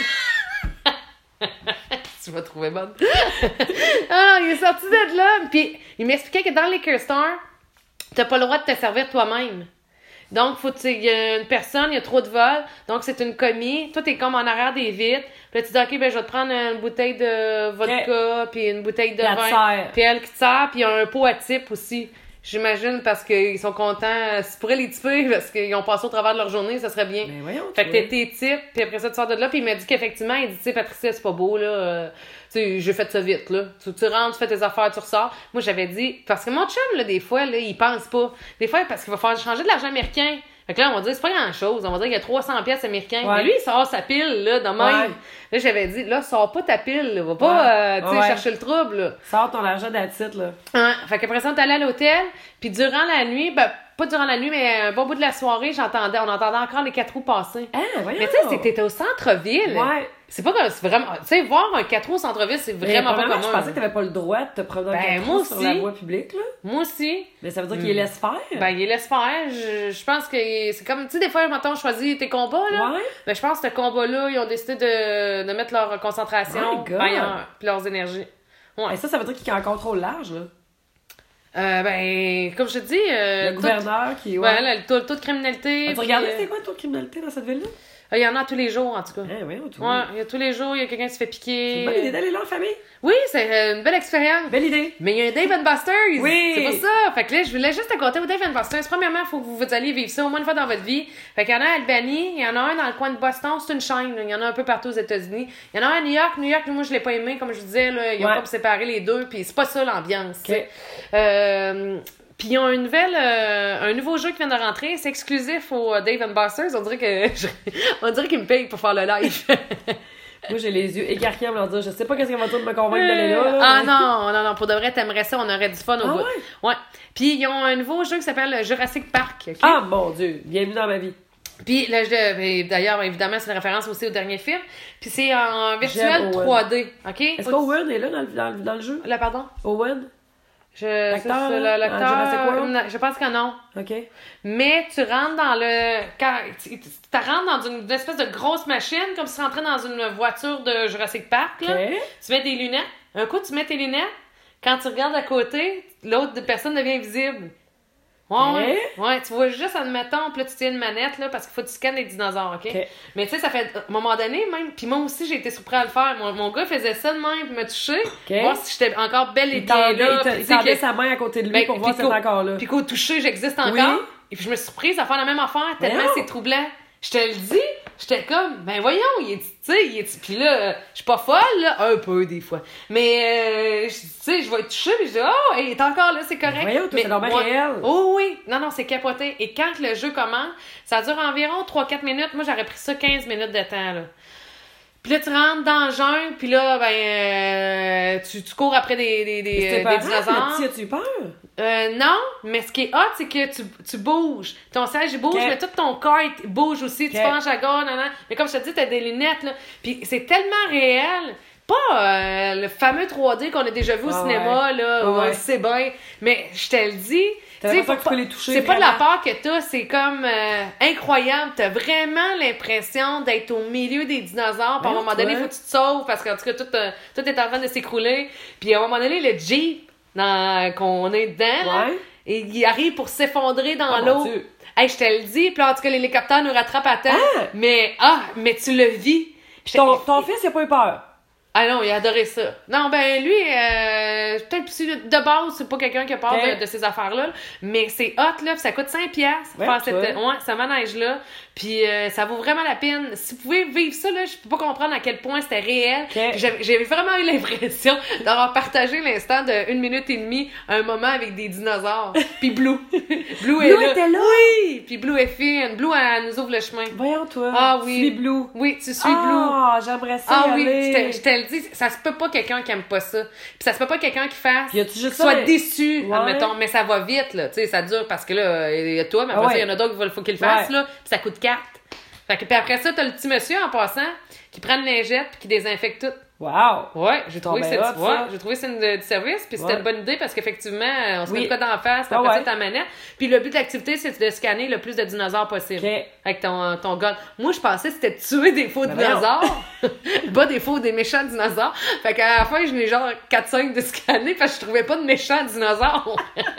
non! Tu vas trouver bonne. Ah, il est sorti de là, puis il m'expliquait que dans les liquor store, t'as pas le droit de te servir toi-même. Donc, faut il y a une personne, il y a trop de vols, donc c'est une commis. Toi, t'es comme en arrière des vitres. Puis là, tu dis, OK, ben, je vais te prendre une bouteille de vodka, puis une bouteille de Puis elle te vin. sert. Puis elle qui te sert, puis il y a un pot à type aussi. J'imagine parce qu'ils sont contents. Si tu pourrais les typer, parce qu'ils ont passé au travers de leur journée, ça serait bien. Mais voyons. Fait que t'es tes types, puis après ça, tu sors de là, puis il m'a dit qu'effectivement, il dit, tu sais, Patricia, c'est pas beau, là. Euh, tu sais, j'ai fait ça vite, là. Tu, tu rentres, tu fais tes affaires, tu ressors. Moi, j'avais dit, parce que mon chum, là, des fois, là, il pense pas. Des fois, parce qu'il va falloir changer de l'argent américain. Fait que là, on va dire, c'est pas grand-chose. On va dire qu'il y a trois cents pièces américains. Ouais. Mais lui, il sort sa pile, là, de même. Ouais. Là, j'avais dit, là, sors pas ta pile, là. Va pas, Ouais. euh, tu sais, Ouais. chercher le trouble, là. Sors ton argent d'attitude, là. Hein? Fait qu'après ça, on est allé à l'hôtel, puis durant la nuit, ben, pas durant la nuit, mais un bon bout de la soirée, j'entendais, on entendait encore les quatre roues passer. Ah, voyons. Mais tu sais, c'est- t'étais au centre-ville. Ouais. C'est pas comme, c'est vraiment, tu sais, voir un quatre roues au centre-ville, c'est Mais vraiment pas premièrement, commun. je pensais que t'avais pas le droit de te promener en Ben, quatre moi roues sur la aussi. voie publique, là. Moi aussi. Mais ça veut dire qu'il les laisse faire. Ben, il laisse faire. Je, je pense que c'est comme, tu sais, des fois, maintenant, on choisit tes combats, là. Ouais. Ben, je pense que ce combat-là, ils ont décidé de, de mettre leur concentration My God. ailleurs, puis leurs énergies. Ouais. Et ça, ça veut dire qu'il y a un contrôle large, là. Euh, ben, comme je te dis, euh, Le tout- gouverneur qui. ouais, là, le taux, le taux de criminalité. As-tu puis, regardé euh, c'était quoi le taux de criminalité dans cette ville-là? il y en a tous les jours, en tout cas. Eh, oui, tout. Ouais, il y a tous les jours, il y a quelqu'un qui se fait C'est piquer. une bonne idée d'aller là en famille. Oui, c'est euh, une belle expérience. Belle idée. Mais il y a un Dave and Buster's. Oui. C'est pas ça. Fait que là, je voulais juste te compter au Dave and Buster's. Premièrement, il faut que vous, vous alliez vivre ça au moins une fois dans votre vie. Fait qu'il y en a à Albany, il y en a un dans le coin de Boston, c'est une chaîne. là. Il y en a un peu partout aux États-Unis. Il y en a un à New York. New York, moi, je l'ai pas aimé, comme je disais, là. Ils ont Ouais. comme séparé les deux, puis c'est pas ça l'ambiance. tu Ok. sais. Euh, Puis ils ont une nouvelle, euh, un nouveau jeu qui vient de rentrer, c'est exclusif au euh, Dave and Buster's. On dirait que, je- on dirait qu'ils me payent pour faire le live. Moi, j'ai les yeux écarquillés à me leur dire, je sais pas qu'est-ce qu'elle va dire de me convaincre d'aller là. là, Ah mais- non, non, non, pour de vrai, t'aimerais ça, on aurait du fun au Ah bout. ouais? Ouais. Puis ils ont un nouveau jeu qui s'appelle Jurassic Park. ok? Ah, mon Dieu. Bienvenue dans ma vie. Puis là, je, ben, d'ailleurs, évidemment, c'est une référence aussi au dernier film. Puis c'est en virtuel J'aime Owen. trois D. OK? Est-ce qu'Owen est là dans le, dans, le- dans le jeu? Là, pardon? Owen? Je, L'acteur, ça, c'est là, le- dans Jurassic l'acteur. World? non, Je pense que non. OK. Mais tu rentres dans le. Quand, tu, tu tu rentres dans une, une espèce de grosse machine, comme si tu rentrais dans une voiture de Jurassic Park. Là. OK. Tu mets des lunettes. Un coup, tu mets tes lunettes. Quand tu regardes à côté, l'autre personne devient invisible. Ouais, ouais. Ouais, tu vois juste, admettons, puis là, tu tiens une manette, là, parce qu'il faut que tu scannes les dinosaures, OK? OK. Mais tu sais, ça fait, à un moment donné, même, puis moi aussi, j'ai été surpris à le faire. Mon, mon gars faisait ça de même, puis me toucher, voir si j'étais encore belle et Il bien tendait, là. il te- puis il tu sais tendait que- sa main à côté de lui ben, pour voir puis si c'était qu'au- encore là. Puis qu'au toucher, j'existe encore. Oui. Et puis je me suis surprise à faire la même affaire, tellement Voyons. c'est troublant. Je te le dis, j'étais comme, ben voyons, il est, tu sais, il est, puis là, euh, je suis pas folle, là, un peu des fois. Mais, euh, je- tu sais, je vais toucher, puis je dis, oh, il est encore là, c'est correct. Voyons, toi, Mais c'est normal moi- réel. Oh oui, non, non, c'est capoté. Et quand le jeu commence, ça dure environ trois quatre minutes. Moi, j'aurais pris ça quinze minutes de temps, là. Puis là, tu rentres dans le jungle, puis là, ben, euh, tu, tu cours après des, des, des, C'était euh, pas des dinosaures. Tu as-tu peur? Euh, non, mais ce qui est hot, c'est que tu, tu bouges. Ton siège il bouge, Ok. mais tout ton corps il bouge aussi. Tu Ok. penches à gauche, nan, nan. Mais comme je te dis, t'as des lunettes, là. Puis c'est tellement réel. Pas euh, le fameux trois D qu'on a déjà vu au Ah cinéma, ouais. là, Ah où ouais. c'est bien. Mais je te le dis, T'as tu sais, l'impression faut que tu peux pas- les toucher, c'est pas de la vraiment. peur que t'as, c'est comme euh, incroyable. T'as vraiment l'impression d'être au milieu des dinosaures. Puis à un Mais moment toi. donné, il faut que tu te sauves parce qu'en tout cas, tout, euh, tout est en train de s'écrouler. Puis à un moment donné, le Jeep dans, qu'on est dedans, là, Ouais. et il arrive pour s'effondrer dans Ah, mon l'eau. Dieu. Hey, je te le dis, puis là, en tout cas, l'hélicoptère nous rattrape à temps. Ah! Mais, ah, mais tu le vis. J'étais- Ton, ton fils, il a pas eu peur. Ah non, il a adoré ça. Non, ben lui, euh, peut-être aussi de base, c'est pas quelqu'un qui a peur Okay. de, de ces affaires-là, mais c'est hot, là, puis ça coûte cinq piastres Ouais, faire cette, toi. ouais, ce manège-là, puis euh, ça vaut vraiment la peine. Si vous pouvez vivre ça, là, je peux pas comprendre à quel point c'était réel. Okay. J'avais, j'avais vraiment eu l'impression d'avoir partagé l'instant de une minute et demie, un moment avec des dinosaures. Puis Blue. Blue est Blue là. était là? Oui! Puis Blue est fine. Blue, elle nous ouvre le chemin. Voyons, toi. Ah oui. Suis Blue. Oui, tu suis Blue. Ah, j'aimerais ça Ah y oui, aller. je te, je te le dis, ça se peut pas quelqu'un qui aime pas ça. Puis ça se peut pas quelqu'un qui fasse, Y a-tu juste qui ça, soit mais- déçu, Ouais. admettons, mais ça va vite, là, tu sais, ça dure parce que là, il y a toi, mais après Ah ça, il ouais. y en a d'autres qu'il faut qu'il le fasse, Ouais. là, puis ça coûte quatre. Fait que, puis après ça, t'as le petit monsieur, en passant, qui prend une lingette puis qui désinfecte tout. Wow. Ouais, j'ai trouvé, ben que c'est, hot, tu vois, ça. j'ai trouvé que c'est une, du service, puis c'était Ouais. une bonne idée parce qu'effectivement, on se met Oui. le cas d'en face, puis Ah après ouais. ça, ta manette. Puis le but de l'activité, c'est de scanner le plus de dinosaures possible. OK. Avec ton, ton gun. Moi, je pensais que c'était de tuer des faux Ben dinosaures. Pas des faux, des méchants dinosaures. Fait qu'à la fin, je n'ai genre quatre cinq de scanner parce que je trouvais pas de méchants dinosaures.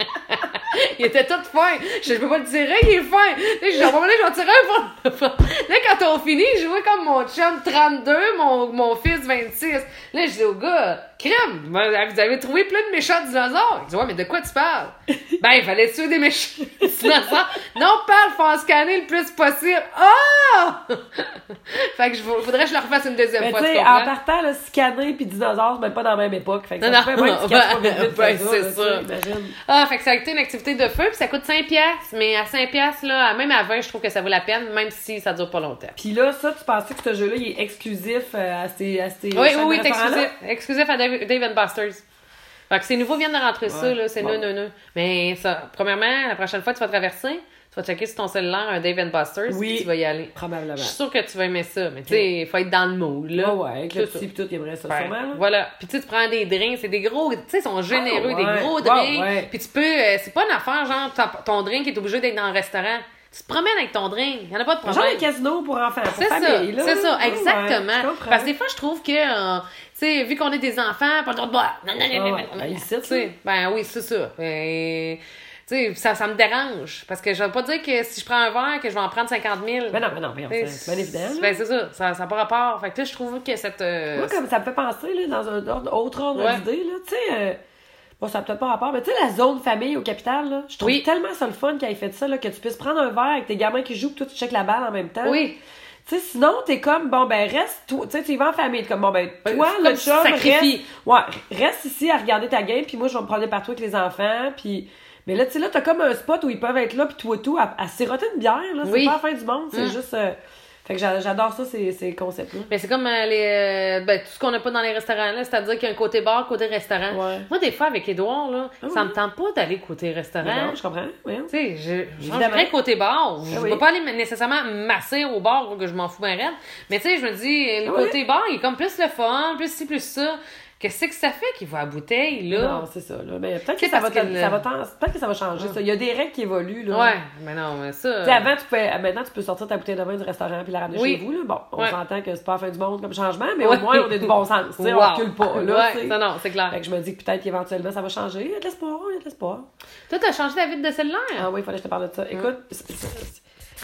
Il était tout fin. Je, je peux pas le tirer, il est fin. Là, j'ai dit, à un moment donné, j'en tirais un pour... Là, quand on finit, je jouais comme mon chum trente-deux, mon, mon fils vingt-six. Là, je dis au gars, crème, vous avez trouvé plein de méchants dinosaures. Il dit, ouais, mais de quoi tu parles? Ben, il fallait tuer des méchants dinosaures. Non, parle, faut en scanner le plus possible. Ah! Fait que je faudrait que je le refasse une deuxième Mais fois, tu tu sais, en comprends? partant, là, scanner pis dinosaures, c'est même pas dans la même époque. Fait que Non, ça non. se fait même qu'ils catchent pas vite vite Ben, comme c'est là, tu ça. sais, imagine. Ah, fait que ça a été une activité de feu, puis ça coûte cinq piastres, mais à cinq piastres, là, même à vingt, je trouve que ça vaut la peine, même si ça dure pas longtemps. Pis là, ça, tu pensais que ce jeu-là, il est exclusif euh, à ces, à ces Oui, oui, chaînes oui, de c'est restaurants-là? exclusif. Exclusif à Dave, Dave and Buster's. Fait que ces nouveaux viennent de rentrer ça, Ouais. là, c'est Bon. non, non, non. Mais ça, premièrement, la prochaine fois que tu vas traverser, tu vas checker sur ton cellulaire un Dave and Buster's, Oui. puis tu vas y aller. Probablement. Je suis sûre que tu vas aimer ça, mais tu sais, il faut être dans le mood, là. Ouais, ouais, avec le C'est petit pis tout, il aimerait ça, Ben, sûrement, là. voilà. Puis tu sais, tu prends des drinks, c'est des gros, tu sais, ils sont généreux, Ah, ouais. des gros Ouais, drinks. ouais. Puis tu peux, euh, c'est pas une affaire, genre, ton, ton drink est obligé d'être dans un restaurant. Tu te promènes avec ton drink, il y en a pas de Un problème. genre de casino pour enfants, pour C'est ça, famille, là. c'est ça, Ouais, exactement. je comprends. Parce que des fois, je trouve que, euh, tu sais, vu qu'on est des enfants, pas le droit de boire. Non, non, non, Ah non, ouais. non, Ben, non. ici, Tu sais, ben oui, c'est ça. Ben, tu sais, ça, ça me dérange. Parce que je veux pas dire que si je prends un verre, que je vais en prendre cinquante mille. Ben non, ben non, ben non, c'est c'est bien évident. là. Ben c'est ça, ça n'a pas rapport. Fait que là, je trouve que cette... euh, Moi, comme ça me fait penser, là, dans un ordre- autre ordre Ouais. d'idée, là, tu sais, euh, bon, ça n'a peut-être pas rapport, mais tu sais, la zone famille au capital, là, je trouve Oui. tellement ça le fun qu'elle ait fait ça, là, que tu puisses prendre un verre avec tes gamins qui jouent, puis toi, tu checkes la balle en même temps. Oui. Tu sais, sinon, t'es comme, bon, ben, reste, toi, tu sais, tu y vas en famille, t'es comme, bon, ben, Ben, toi, comme le tu chum, reste, sacrifies. ouais, reste ici à regarder ta game, puis moi, je vais me promener partout avec les enfants, puis, mais là, tu sais, là, t'as comme un spot où ils peuvent être là, puis tout et tout, à, à siroter une bière, là, c'est Oui. pas la fin du monde, c'est Mm. juste, euh, fait que j'a- j'adore ça, ces, ces concepts-là. Mais c'est comme euh, les, euh, ben, tout ce qu'on n'a pas dans les restaurants, là, c'est-à-dire qu'il y a un côté bar, côté restaurant. Ouais. Moi, des fois, avec Édouard, là, Ah ça oui. me tente pas d'aller côté restaurant. Mais non, je comprends, oui. Tu sais, je, je Évidemment. rangerais côté bar. Je Ah ne oui. vais pas aller nécessairement masser au bar, que je m'en fous bien raide. Mais tu sais, je me dis, le Ah oui. côté bar, il est comme plus le fun, plus ci, plus ça. Qu'est-ce que ça fait qu'il va à bouteille, là? Non, c'est ça, là. Mais peut-être que C'est ça va, parce que te- le- ça va t'en- peut-être que ça va changer, ça. Il y a des règles qui évoluent, là. Ouais, mais non, mais ça... Tu sais, avant, tu pouvais, maintenant, tu peux sortir ta bouteille de vin du restaurant puis la ramener Oui. chez vous, là. Bon, on Ouais. s'entend que c'est pas la fin du monde comme changement, mais Ouais. au moins, on est du bon sens. Tu sais, Wow. on recule pas, là. Ouais, tu sais. non, non, c'est clair. Fait que je me dis que peut-être qu'éventuellement, ça va changer. Il y a de l'espoir, il y a de l'espoir. Toi, t'as changé ta vitre de cellulaire? Ah oui, il fallait que je te parle de ça. Écoute, c'est- c'est-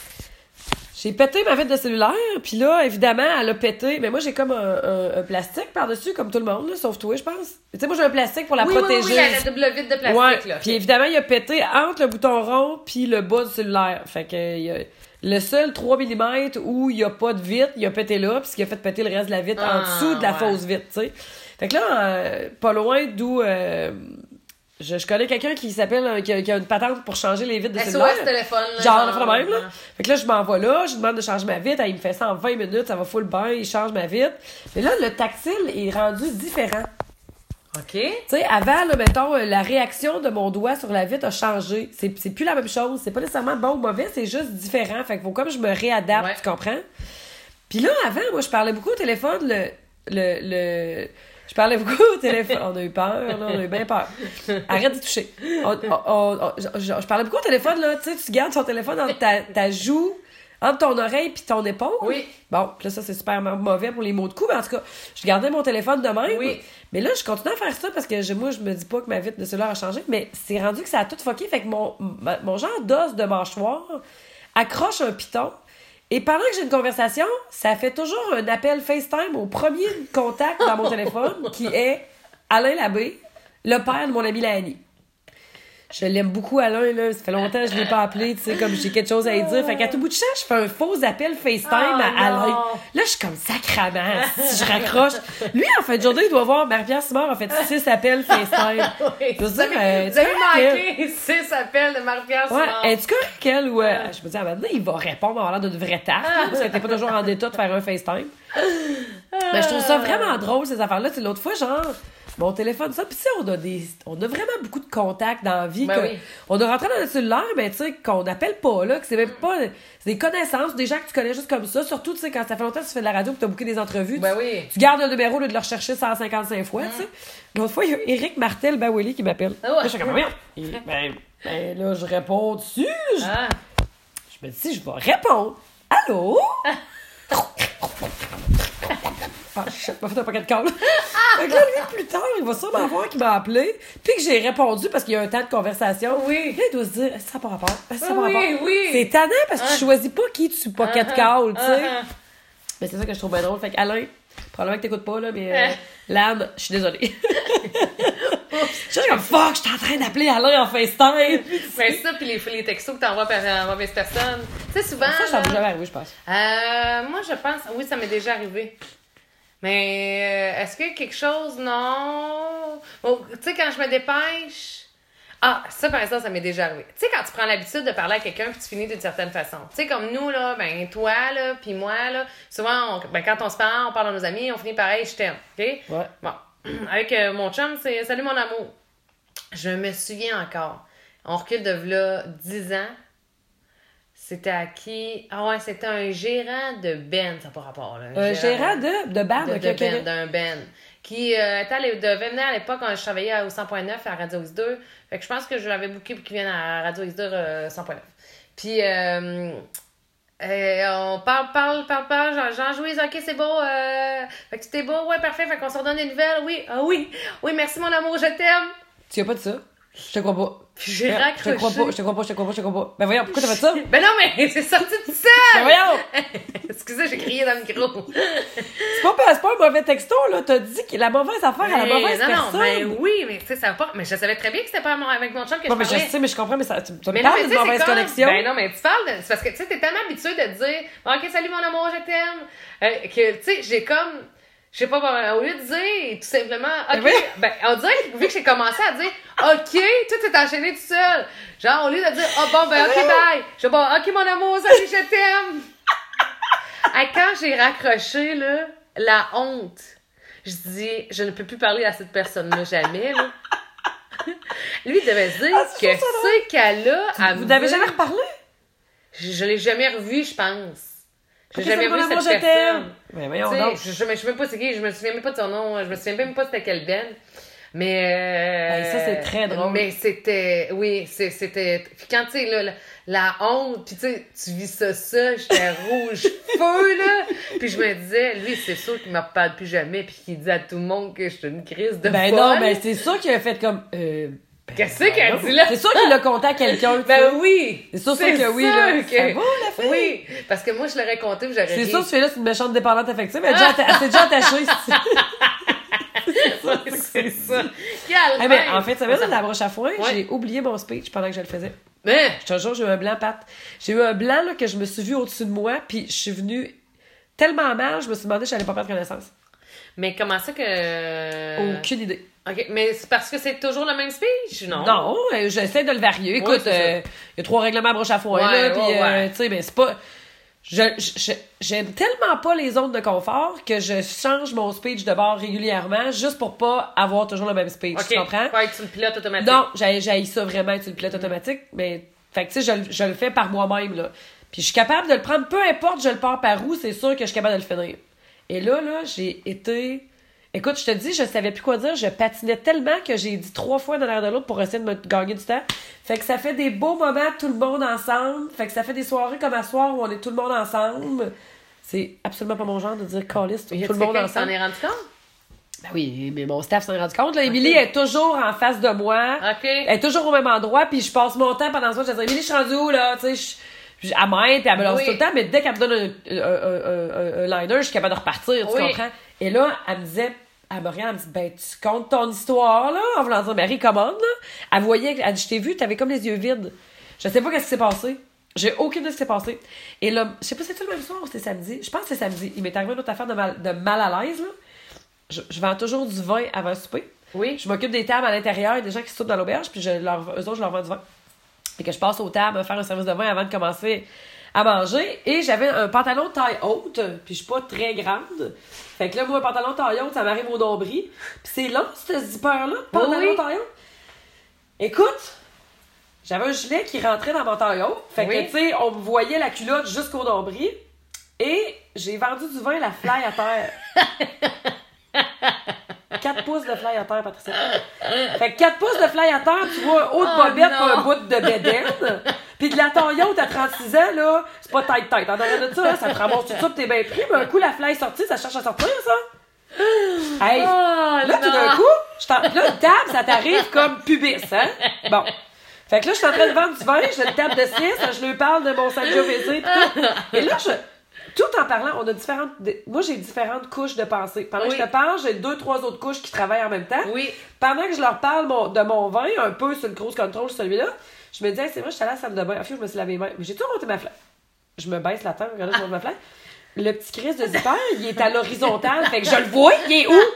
j'ai pété ma vitre de cellulaire, puis là, évidemment, elle a pété. Mais moi, j'ai comme un, un- un plastique par-dessus, comme tout le monde, là, sauf toi, je pense. Tu sais, moi, j'ai un plastique pour la oui, oui, protéger. oui, la, la double vitre de plastique, Ouais. là. Puis évidemment, il a pété entre le bouton rond puis le bas du cellulaire. Fait que il y a le seul trois millimètres où il n'y a pas de vitre, il a pété là, puis ce qui a fait péter le reste de la vitre Ah, en dessous de la ouais. fausse vitre, tu sais. Fait que là, euh, pas loin d'où... euh, je, je connais quelqu'un qui s'appelle... euh, qui, a, qui a une patente pour changer les vitres de S O cellulaire. S téléphone, là. Genre, la fois de même, là. Ouais. Fait que là, je m'en vais là, je lui demande de changer ma vitre. Elle, il me fait ça en vingt minutes, ça va full bain, il change ma vitre. Mais là, le tactile est rendu différent. OK. Tu sais, avant, là, mettons, euh, la réaction de mon doigt sur la vitre a changé. C'est, c'est plus la même chose. C'est pas nécessairement bon ou mauvais, c'est juste différent. Fait qu'il faut comme je me réadapte, Ouais. tu comprends? Puis là, avant, moi, je parlais beaucoup au téléphone, le... le, le... Je parlais beaucoup au téléphone. On a eu peur, là, on a eu bien peur. Arrête de toucher. On- on- on- on- je, je- je parlais beaucoup au téléphone, là, tu sais, tu gardes ton téléphone entre ta, ta joue, entre ton oreille puis ton épaule. Oui. Bon, puis là, ça, c'est super mauvais pour les mots de cou, mais en tout cas, je gardais mon téléphone de même. Oui. Mais là, je continue à faire ça parce que je, moi, je me dis pas que ma vitre de cellulaire a changé, mais c'est rendu que ça a tout fucké. Fait que mon, ma- mon genre d'os de mâchoire accroche un piton Et pendant que j'ai une conversation, ça fait toujours un appel FaceTime au premier contact dans mon téléphone, qui est Alain Labbé, le père de mon amie Lani. Je l'aime beaucoup, Alain, là. Ça fait longtemps que je ne l'ai pas appelé, tu sais, comme j'ai quelque chose à lui dire. Fait qu'à tout bout de champ, je fais un faux appel FaceTime oh, à Alain. Non. Là, je suis comme sacrament. Si je raccroche. Lui, en fait, de journée, il doit voir Marie-Pierre Simard a fait six appels FaceTime. Oui, Je veux vous dire, avez, euh, vous avez manqué six appels de Marie-Pierre Ouais, Simard. es-tu correct, elle? Ou, euh, je me dis, ah, maintenant, il va répondre en l'air d'une vraie tarte, là, parce qu'elle était pas toujours en état de faire un FaceTime. Mais je trouve ça vraiment drôle, ces affaires-là. Tu sais, l'autre fois, genre, mon téléphone, ça, puis tu sais, on a des, on a vraiment beaucoup de contacts dans la vie. Ben que oui. On a rentré dans notre cellulaire, mais tu sais, qu'on n'appelle pas, là, que c'est même pas, c'est des connaissances, des gens que tu connais juste comme ça. Surtout, tu sais, quand ça fait longtemps que tu fais de la radio et que tu as booké des entrevues. Ben tu, oui. tu gardes le numéro, là, de le rechercher cent cinquante-cinq fois, tu sais. L'autre fois, il y a Éric Martel Baweli qui m'appelle. Ah ouais. Là, je suis comme, merde. Ben, ben, là, je réponds dessus. Je, Ah. je me dis, je vais répondre. Allô? Ah, je sais pas fait un paquet de câbles. Fait que là, lui, plus tard, il va sûrement voir qu'il m'a appelé, puis que j'ai répondu parce qu'il y a un temps de conversation. Oui. Là, il doit se dire, ça n'a pas rapport. Ça n'a pas Oui, rapport. oui. C'est tannant parce que tu choisis pas qui tu pocket call, tu sais. Uh-huh. Mais c'est ça que je trouve bien drôle. Fait que Alain, probablement que t'écoutes pas, là, mais euh, Lan, je suis désolée. Je suis comme, fuck, je suis en train d'appeler Alain en FaceTime. Mais ça, puis les, les textos que t'envoies par euh, mauvaise personne. Tu sais, souvent. Ça, ça m'est là, jamais arrivé, je pense. Euh, moi, je pense, oui, ça m'est déjà arrivé. Mais euh, est-ce que quelque chose, non? Bon, tu sais, quand je me dépêche. Ah, ça, par exemple, ça m'est déjà arrivé. Tu sais, quand tu prends l'habitude de parler à quelqu'un puis tu finis d'une certaine façon. Tu sais, comme nous, là, ben, toi, là, puis moi, là, souvent, on- ben, quand on se parle, on parle à nos amis, on finit pareil, je t'aime. OK? Ouais. Bon. Avec euh, mon chum, c'est salut mon amour. Je me souviens encore. On recule de là dix ans. C'était à qui? Ah ouais, c'était un gérant de Ben, ça n'a pas rapport. Là. Un gérant de, de band, de, ok, de ok, Ben, ok. d'un Ben. Qui euh, était allé- devait venir à l'époque quand je travaillais au cent point neuf à Radio X deux. Fait que je pense que je l'avais booké pour qu'il vienne à Radio X deux euh, cent point neuf. Puis, euh, euh, on parle, parle, parle, parle. Jean- Jean-Jouise, ok, c'est beau. Euh... Fait que tu t'es beau, ouais, parfait. Fait qu'on se redonne des nouvelles. Oui, ah oui, oui, merci mon amour, je t'aime. Tu y as pas de ça? Je te crois pas. Puis j'ai Je te raccroché. crois pas, je te crois pas, je te crois pas, je te crois pas. Ben voyons, pourquoi t'as fait ça? Ben non, mais c'est sorti de Ben ça! voyons! Excusez, j'ai crié dans le micro. C'est pas, c'est pas un mauvais texto, là. T'as dit que la mauvaise affaire à la Mais mauvaise non, personne. non, ben oui, mais tu sais, ça va pas. Mais je savais très bien que c'était pas mon- avec mon chum que Non, je mais je parlais. sais, mais je comprends, mais ça, tu, tu me Mais non, parles mais d'une tu sais, c'est mauvaise comme- connexion. Ben non, mais tu parles de... C'est parce que, tu sais, t'es tellement habitué de te dire « Ok, salut mon amour, je t'aime. Euh, que, tu sais, j'ai comme... Je sais pas, bon, au lieu de dire tout simplement « Ok, oui. ben, on dirait que vu que j'ai commencé à dire « Ok, toi, t'es enchaîné tout seul. » Genre, au lieu de dire « Oh, bon, ben, ok, bye. » Je dis « Bon, ok, mon amour, salut, je t'aime. » Hey, quand j'ai raccroché, là, la honte, je dis « Je ne peux plus parler à cette personne-là jamais, là. » Lui, il devait se dire Ah, c'est que ça, ça, c'est qu'elle a à Vous me n'avez dire- jamais reparlé? Je, je l'ai jamais revu, je pense. J'ai Ok, jamais c'est vu mon amour, cette je t'aime. personne. Ben voyons Tu sais, donc. je, je, me- je sais même pas c'est qui, je me souviens même pas de son nom, je me souviens même pas c'était quel Ben. Mais euh, Hey, ça, c'est très drôle. Mais c'était oui, c'est- c'était puis quand tu sais là, la, la honte, puis tu sais tu vis ça ça, j'étais rouge feu là, puis je me disais lui c'est sûr qu'il me reparle plus jamais puis qu'il dit à tout le monde que je suis une crise de Ben folle. non, ben c'est sûr qu'il a fait comme. Euh, ben, Qu'est-ce qu'elle non. dit là? C'est sûr qu'il l'a compté à quelqu'un. tu sais. Ben oui! C'est sûr, sûr que oui, là. que- Ça va, la fille? Oui, parce que moi, je l'aurais compté, puis j'aurais C'est ri. sûr que celui-là, c'est une méchante dépendante affective. Elle est déjà atta- elle s'est déjà attachée. Ouais, c'est ça. Quelle Eh ben, merde. en fait, ça vient de la broche à foin. Ouais. J'ai oublié mon speech pendant que je le faisais. Mais, Je te jure, j'ai eu un blanc, Pat. J'ai eu un blanc là, que je me suis vue au-dessus de moi, puis je suis venue tellement mal, je me suis demandé si j'allais pas perdre connaissance. mais comment ça que... Aucune idée. OK, mais c'est parce que c'est toujours le même speech, non? Non, euh, j'essaie de le varier. Écoute, c'est ça. euh, il y a trois règlements à broche à foin, Ouais, là, puis, ouais, euh, ouais. tu sais, ben, c'est pas... Je, je- j'aime tellement pas les zones de confort que je change mon speech de bord régulièrement juste pour pas avoir toujours le même speech, OK, tu comprends? ouais, tu le pilotes automatique. Non, j'ai j'ai ça vraiment, tu le pilotes automatique, mais fait que tu sais, je, le- je le fais par moi-même, là. Puis je suis capable de le prendre, peu importe je le pars par où, c'est sûr que je suis capable de le finir. Et là, là, j'ai été... Écoute, je te dis, je savais plus quoi dire, je patinais tellement que j'ai dit trois fois dans l'air de l'autre pour essayer de me gagner du temps. Fait que ça fait des beaux moments, tout le monde ensemble. Fait que ça fait des soirées comme à soir où on est tout le monde ensemble. C'est absolument pas mon genre de dire calliste, tout Y le a-tu monde quelqu'un qui s'en ensemble. est rendu compte? Ben oui, mais mon staff s'en est rendu compte. Là. Émilie est toujours en face de moi. OK. Elle est toujours au même endroit, puis je passe mon temps pendant ce temps, je dis « Émilie, je suis rendue où, là? » Tu sais, je, Puis elle m'aide, puis elle me lance Oui. tout le temps, mais dès qu'elle me donne un, un, un, un, un liner, je suis capable de repartir, tu Oui. comprends? Et là, elle me disait, elle me regarde, elle me dit, ben, tu comptes ton histoire, là, en voulant dire, Marie, commande, là. Elle voyait, elle dit, je t'ai vu, t'avais comme les yeux vides. Je sais pas qu'est-ce qui s'est passé. J'ai aucune idée de ce qui s'est passé. Et là, je sais pas si c'est le même soir ou c'était samedi. Je pense que c'est samedi. Il m'est arrivé une autre affaire de mal, de mal à l'aise, là. Je, je vends toujours du vin avant le souper. Oui. Je m'occupe des tables à l'intérieur, des gens qui se soupent dans l'auberge, puis je leur, eux autres, je leur vends du vin. Et que je passe aux tables, faire un service de vin avant de commencer à manger. Et j'avais un pantalon de taille haute, puis je suis pas très grande. Fait que là, moi, un pantalon de taille haute, ça m'arrive au nombril. Puis c'est long, ce zipper-là, pantalon Oui. de taille haute. Écoute, j'avais un gilet qui rentrait dans mon taille haute. Fait Oui. que, tu sais, on me voyait la culotte jusqu'au nombril. Et j'ai vendu du vin, la fly à terre. quatre pouces de fly à terre, Patricia. Fait que quatre pouces de fly à terre, tu vois, un haut de Oh bobette non. pis un bout de bédaine. Pis de la taille haute à trente-six ans, là, c'est pas tête-tête. En arrière de ça, là, ça te ramasse tout ça pis t'es bien pris. Mais un coup, la fly est sortie, ça cherche à sortir, ça. Hey! Oh, Là, tout d'un non. coup, je t'en... là, une table, ça t'arrive comme pubis, hein? Bon. Fait que là, je suis en train de vendre du vin, j'ai une table de six, je lui parle de mon Sangiovese pis tout. Et là, je... Tout en parlant, on a différentes... Moi, j'ai différentes couches de pensée. Pendant Oui. que je te parle, j'ai deux, trois autres couches qui travaillent en même temps. Oui. Pendant que je leur parle mon- de mon vin, un peu sur le cruise control, celui-là, je me dis, hey, c'est vrai, je suis allée à la salle de bain. Enfin, je me suis lavé les mains. Mais j'ai toujours monté ma flamme. Je me baisse la tête, regardez, je monte ma flamme. Le petit Chris de zipper, il est à l'horizontale, fait que je le vois, il est où?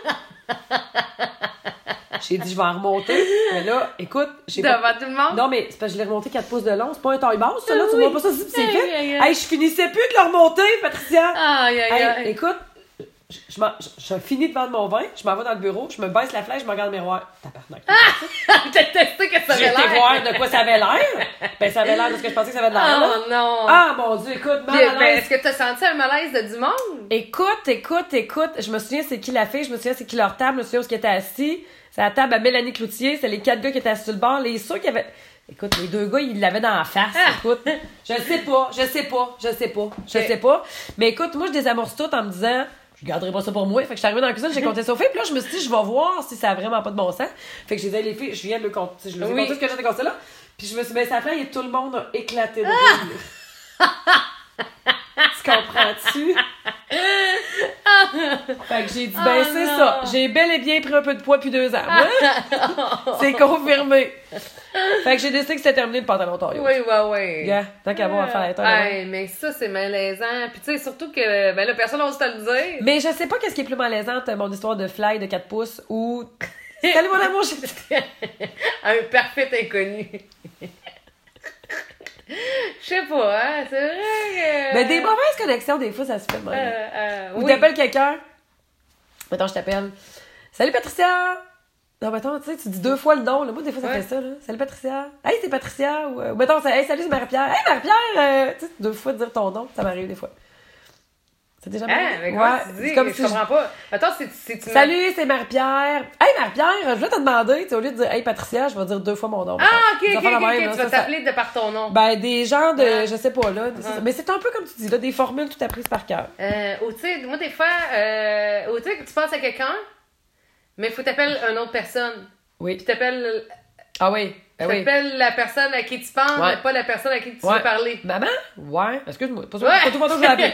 J'ai dit, je vais en remonter. Mais là, écoute, j'ai pas... Devant tout le monde? Non, mais c'est parce que je l'ai remonté quatre pouces de long. C'est pas un taille basse, ça, là. Tu Oui. vois pas ça, c'est Aïe, fait. aïe, aïe. Hey, je finissais plus de le remonter, Patricia. Aïe, aïe, Hey, aïe. écoute, je, je, m'en- je, je finis de vendre mon vin, je m'en vais dans le bureau, je me baisse la flèche, je me regarde le miroir. Tabarnak. T'as testé que ça avait J'ai été l'air. voir de quoi ça avait l'air. Ben, ça avait l'air de ce que je pensais que ça avait de l'air. là. Oh non. Ah, mon Dieu, écoute, mal Puis, à ben, l'aise. est-ce que t'as senti un malaise de du monde? Écoute, écoute, écoute. Je me souviens c'est qui la fille, je me souviens c'est qui leur table, je me souviens où ils étaient assis. C'est la table à Mélanie Cloutier, c'est les quatre gars qui étaient assis sur le bord. Les ceux qui avaient... Écoute, les deux gars, ils l'avaient dans la face. Ah! Écoute, je sais pas, je sais pas, je sais pas, je Ok. sais pas. Mais écoute, moi, je désamorce tout en me disant, je garderai pas ça pour moi. Fait que je suis arrivée dans la cuisine, j'ai compté ça aux filles, puis là, je me suis dit, je vais voir si ça a vraiment pas de bon sens. Fait que j'ai dit, les filles, je viens de le compter, je leur ai Oui. compté ce que j'étais compté là. Puis je me suis baissée à la flamme et tout le monde a éclaté de rire. Tu comprends-tu? Fait que j'ai dit, ben Oh c'est non. ça. J'ai bel et bien pris un peu de poids depuis deux ans. Moi, c'est confirmé. Fait que j'ai décidé que c'était terminé le pantalon taillot. Oui, oui, oui. Gars, tant qu'à voir à faire la tête. Hey, mais ça, c'est malaisant. Puis tu sais, surtout que, ben là, personne n'ose te le dire. Mais je sais pas qu'est-ce qui est plus malaisant entre mon histoire de fly de quatre pouces ou... Salut mon amour, je... Un parfait inconnu. Je sais pas, hein, c'est vrai que... Mais des mauvaises connexions, des fois, ça se fait de même. Euh, euh, Ou oui. t'appelles quelqu'un. Attends, je t'appelle. Salut Patricia! Non, mais attends, tu sais, tu dis deux fois le nom, là. Moi, des fois, ça Ouais. fait ça, là. Salut Patricia! Hey, c'est Patricia! Ou, euh, ou mettons, c'est- hey, salut, c'est Marie-Pierre! Hey, Marie-Pierre! Euh, tu sais, deux fois dire ton nom, ça m'arrive des fois. C'est déjà Hein, mais comment tu dis? c'est comme je si comprends pas. Attends, c'est si tu... Salut, c'est Marie-Pierre! Hey, Marie-Pierre, je voulais te demander, tu sais, au lieu de dire Hey, Patricia, je vais dire deux fois mon nom. Ah, ok, Des ok, affaires ok, de même, ok, là, tu ça, vas ça- t'appeler de par ton nom. Ben, des gens de, Ah. je sais pas, là. c'est ça. Ah. Mais c'est un peu comme tu dis, là, des formules tout apprises par cœur. Euh, ou tu sais, moi, des fois, euh, ou tu sais, que tu penses à quelqu'un, mais il faut t'appeler une autre personne. Oui. Puis t'appelles... Ah oui, ben oui. T'appelles la personne à qui tu penses, Ouais. mais pas la personne à qui tu Ouais. veux parler. Maman? Ouais. Excuse-moi. Pas, Ouais. pas tout le monde que je vais l'appeler.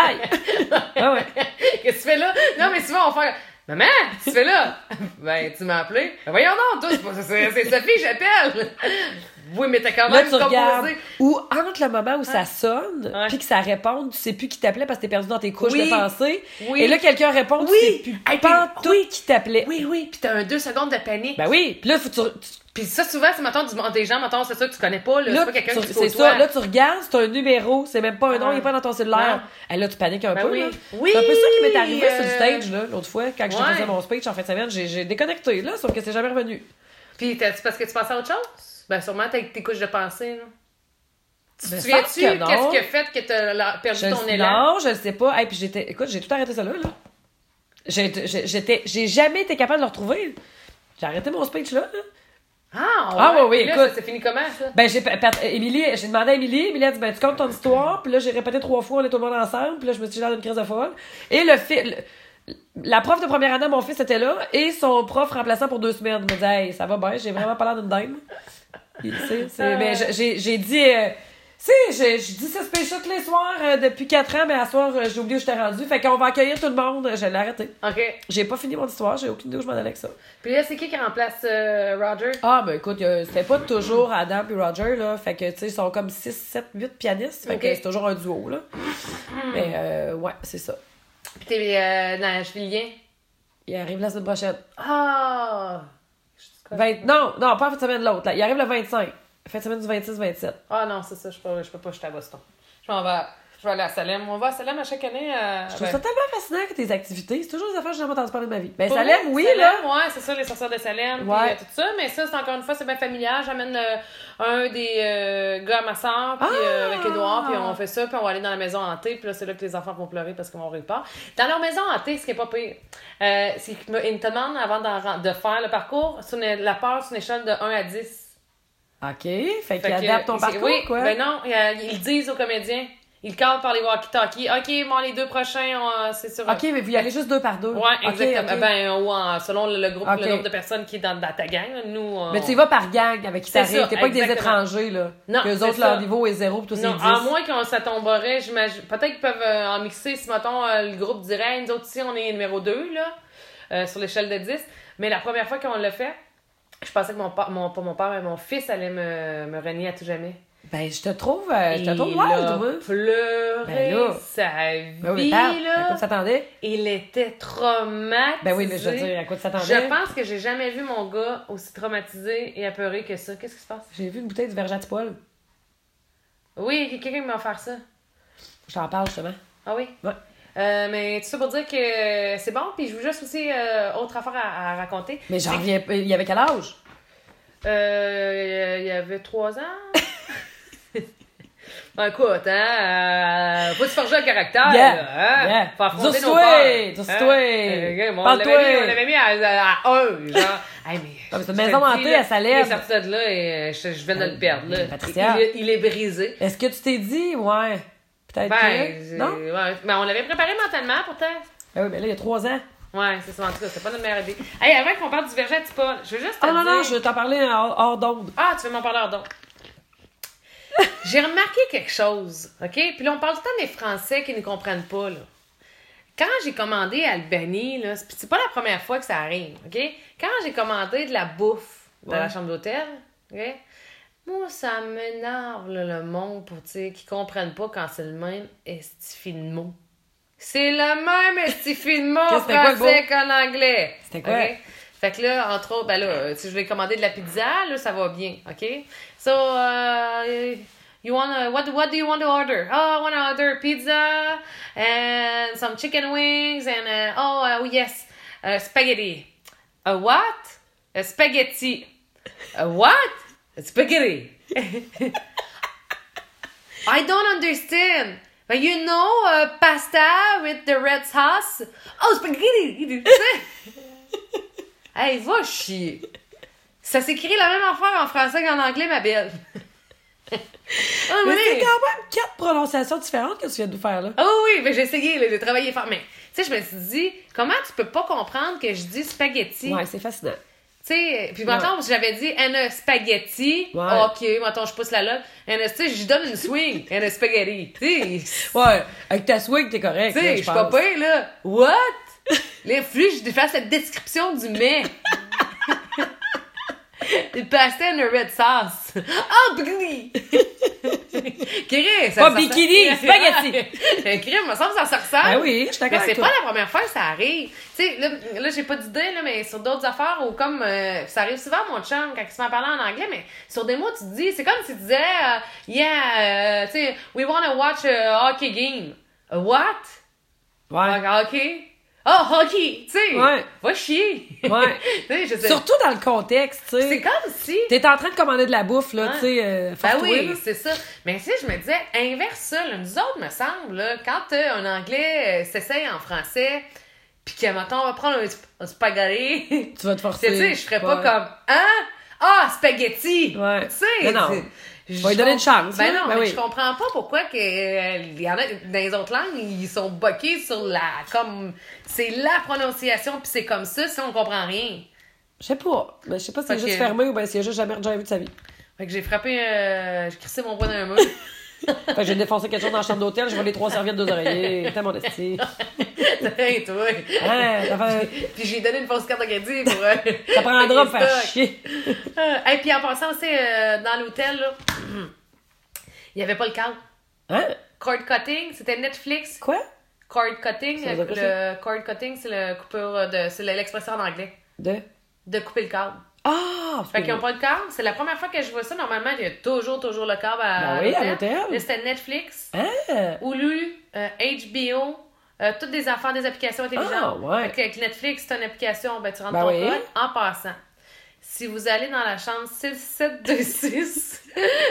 Bye! Ouais, ouais. Qu'est-ce que tu fais là? Non, mais souvent, on fait... Maman, qu'est-ce que tu fais là? Ben, tu m'as appelé. Ben, voyons non, toi, c'est, pas- c'est, c'est Sophie, j'appelle. Oui, mais t'as quand Là, même tu regardes. composé. Ou entre le moment où ça sonne, Ouais. puis que ça répond, tu sais plus qui t'appelait parce que t'es perdu dans tes couches Oui. de pensée. Oui. Et là, quelqu'un répond, tu Oui. sais plus Hey, pas puis- tout oui. qui t'appelait. Oui, oui, puis t'as un deux secondes de panique. Ben oui. Puis là, faut que tu, tu- Puis ça, souvent, c'est, mettons, du- des gens, mettons, c'est ça que tu connais pas, là, là, c'est pas quelqu'un tu- qui c'est côtoie. ça. Là, tu regardes, c'est un numéro, c'est même pas un nom, Ah. il est pas dans ton cellulaire. Non. Et là, tu paniques un Ben peu. oui. Là. Oui, C'est un peu ça qui m'est arrivé sur le euh, stage, là, l'autre fois, quand je ouais. faisais mon speech en fin de semaine. J'ai, j'ai déconnecté, là, sauf que c'est jamais revenu. Puis t'as- c'est parce que tu pensais à autre chose? Ben, sûrement, t'as tes couches de pensée, là. Tu te Ben, souviens-tu sauf que non. qu'est-ce qui a fait que t'as la- perdu Je ton le- élan? Non, je le sais pas. Hey, puis j'étais, écoute, j'ai tout arrêté ça là, là. J'ai, j'ai- j'étais, j'ai jamais été capable de le retrouver. J'ai arrêté mon speech là. là. Ah, ouais. Ah, ouais, oui, Puis là, écoute. ça s'est fini comment, ça? Ben, j'ai, per- per- Émilie, j'ai demandé à Émilie, Émilie a dit, ben, tu comptes ton histoire, puis là, j'ai répété trois fois, on est tout le monde ensemble, puis là, je me suis dit, dans une crise de folle. Et le fi- le- la prof de première année, mon fils était là, et son prof remplaçant pour deux semaines. Il me dit, hey, ça va bien, j'ai vraiment pas l'air d'une dame. Il- tu sais, c'est- mais j'ai, j'ai dit, euh, Si, je, je dis ça space tous les soirs euh, depuis quatre ans, mais à soir, euh, j'ai oublié où j'étais rendue. Fait qu'on va accueillir tout le monde. Je l'ai arrêté. OK. J'ai pas fini mon histoire, j'ai aucune idée où je m'en allais avec ça. Puis là, c'est qui qui remplace euh, Roger? Ah, ben écoute, euh, c'était pas toujours Adam et Roger, là. Fait que, tu sais, ils sont comme six, sept, huit pianistes. Fait Ok. que c'est toujours un duo, là. Mais, euh, ouais, c'est ça. Puis t'es euh, dans Nashville. Il arrive la semaine prochaine. Ah! vingt... Non, non, pas la fin de semaine de l'autre, là. Il arrive le vingt-cinq. Fin de semaine du vingt-six vingt-sept. Ah non, c'est ça, je peux, je peux pas, je suis à Boston. Je m'en vais, je vais aller à Salem. On va à Salem à chaque année. Euh, Je trouve ben, ça tellement fascinant que tes activités, c'est toujours des affaires que j'ai jamais entendu parler de ma vie. Ben, pour Salem, vrai, oui, Salem, là. Ouais, c'est ça, les sorcières de Salem, Ouais. puis euh, tout ça. Mais ça, c'est encore une fois, c'est bien familial. J'amène euh, un des euh, gars à ma soeur, puis Ah! euh, avec Édouard, puis on fait ça, puis on va aller dans la maison hantée. Puis là, c'est là que les enfants vont pleurer parce qu'on repart. Dans leur maison hantée, ce qui est pas pire, euh, c'est qu'ils me, ils me demandent avant d'en- de faire le parcours, sur une- la peur sur une échelle de un à dix. OK. Fait Fait qu'ils que, adaptent ton c'est- parcours, oui, quoi. Ben non, euh, ils disent aux comédiens. Ils cadrent par les walkie-talkies. OK, bon, les deux prochains, on- c'est sur... OK, mais vous y allez juste deux par deux. Ouais, OK, exactement. OK. Ben, ou en- selon le, le groupe, OK. le nombre de personnes qui est dans, dans ta gang. là. Nous, on- Mais tu y vas par gang avec qui C'est t'arrives. ça, T'es pas avec des exactement. étrangers, là. Non, Que eux c'est autres, ça. leur niveau est zéro, pis toi, c'est Non, dix. à moins qu'on ça tomberait, j'imagine. Peut-être qu'ils peuvent euh, en mixer si, mettons, euh, le groupe dirait, hey, nous autres ici, on est numéro deux, là, euh, sur l'échelle de dix. Mais la première fois qu'on l'a fait, je pensais que mon père, mon, pas mon père, mais mon fils allait me, me renier à tout jamais. Ben, je te trouve, euh, je te trouve Il wild, a moi. pleuré Ben là. sa vie, Ben oui, mais parle. À là. quoi tu t'attendais? Il était traumatisé. Ben oui, mais je veux dire, à quoi tu t'attendais? Je pense que j'ai jamais vu mon gars aussi traumatisé et apeuré que ça. Qu'est-ce qui se passe? J'ai vu une bouteille du Verjatipol. Oui, quelqu'un m'a offert ça. Je t'en parle, justement. Ah oui? Ouais. Euh, mais tout ça pour dire que c'est bon, puis je veux juste aussi euh, autre affaire à, à raconter. Mais j'en reviens pas. Il y avait quel âge? Euh, il y avait trois ans. Ben, écoute, hein, euh, faut se forger un caractère, Yeah, là, hein? yeah. Faut affronter nos Dis-toi, peurs. dis-toi. Euh, on Parle-toi. l'avait mis, on l'avait mis à, à, à un, genre. Hey, mais, Ah, mais c'est une je maison te le dis, hantée là, à Salem. Il est sorti de là et euh, je, je viens de le perdre, là. Patricia. Il, il est brisé. Est-ce que tu t'es dit, ouais, peut-être Ben, que... c'est- Non? ouais, mais on l'avait préparé mentalement, pourtant. Ben oui, mais là, il y a trois ans. Ouais, c'est ça, en tout cas, c'est pas notre meilleure idée. Hey, avant qu'on parle du verger à Tipol, je veux juste te Ah non, dire... non, je vais t'en parler hors, hors d'onde. Ah, tu veux m'en parler hors d'onde? J'ai remarqué quelque chose, OK? Puis là, on parle tout le temps des Français qui ne comprennent pas, là. Quand j'ai commandé à Albanie, là, c'est c'est pas la première fois que ça arrive, OK? Quand j'ai commandé de la bouffe dans Ouais. la chambre d'hôtel, OK? Moi, ça m'énerve, là, le monde, pour, tu sais, qui comprennent pas quand c'est le même estifi de mot. C'est le même estifi de mot Qu'est-ce que c'était quoi, le français qu'en anglais. C'était quoi? OK? Fait que là, entre autres, ben là, si je vais commander de la pizza, là, ça va bien, OK? So, uh, you want what, what do you want to order? Oh, I want to order pizza and some chicken wings and, uh, oh, uh, yes, uh, spaghetti. A what? A spaghetti. A what? A spaghetti. I don't understand. But you know, uh, pasta with the red sauce. Oh, spaghetti. Hey, va chier. Ça s'écrit la même affaire en français qu'en anglais, ma belle. Ah, Mais oui. c'est quand même quatre prononciations différentes que tu viens de nous faire, là. Oh oui, mais j'ai essayé, là, j'ai travaillé fort. Mais, tu sais, je me suis dit, comment tu peux pas comprendre que je dis spaghetti? Ouais, c'est fascinant. Tu sais, puis maintenant, si j'avais dit and a spaghetti, Ouais. ok, maintenant je pousse la loque, and a, tu sais, je lui donne une swing, and a spaghetti. Tu sais, Ouais, avec ta swing, t'es correct. tu là, sais, je suis pense. pas pire, là. What? Les flux, je fais cette description du mets. Le pasta and a red sauce. Oh, bikini! Chris, ça Pas ça- bikini, spaghetti. Chris, me semble que ça se ressemble. Ben oui, je suis d'accord Mais c'est avec pas toi. la première fois que ça arrive. Tu sais, là, là j'ai pas d'idée, là, mais sur d'autres affaires, ou comme, euh, ça arrive souvent à mon chum, quand il se met à parler en anglais, mais sur des mots, tu te dis, c'est comme si tu disais, euh, yeah, euh, tu sais, we wanna watch a hockey game. A what? Ouais. Ah, hockey? Oh, hockey! Tu sais, Ouais. va chier! Ouais. Tu sais, je sais. Surtout dans le contexte, tu C'est sais. comme si... T'es en train de commander de la bouffe, là, Ouais. tu sais. Euh, Ben force-toi, oui, là. c'est ça. Mais tu sais, je me disais, inverse ça, là, nous autres, me semble, là, quand euh, un anglais euh, s'essaye en français, puis que, mettons, on va prendre un, sp- un spaghetti, Tu vas te tu forcer. sais, je ferais pas Ouais. comme, hein? Ah, spaghetti! Ouais. Tu sais, Mais non. c'est- Je vais lui donner une chance, Ben là. non, Ben mais oui. je comprends pas pourquoi que euh, il y en a dans les autres langues, ils sont boqués sur la comme c'est la prononciation puis c'est comme ça, si on comprend rien. Je sais pas. Mais je sais pas si c'est Fait juste que- fermé ou ben s'il a juste jamais déjà vu de sa vie. Fait que j'ai frappé euh, j'ai crissé mon poing dans un mur. Fait que j'ai défoncé quelque chose dans la chambre d'hôtel, je vois les trois serviettes, deux oreillers. T'es mon esti. Hey, toi. Hein, ça fait... Puis j'ai donné une fausse carte de crédit pour. Euh, Ça prendra pour me faire chier. Et puis en passant aussi, euh, dans l'hôtel, là, il n'y avait pas le câble. Hein? Cord cutting, c'était Netflix. Quoi? Cord cutting, Ça veut dire quoi, le cord cutting, c'est le coupure de. C'est l'expression en anglais. De? De couper le câble. Ah! Fait qu'ils n'ont pas de câble. C'est la première fois que je vois ça. Normalement, il y a toujours, toujours le câble à, Ben oui, à l'hôtel. Là, c'était Netflix, Hein? Hulu, euh, H B O, euh, toutes des affaires, des applications intelligentes. Ah, ouais. Fait qu'avec Netflix, c'est une application, ben, tu rentres Ben ton oui. code. En passant, si vous allez dans la chambre six sept deux six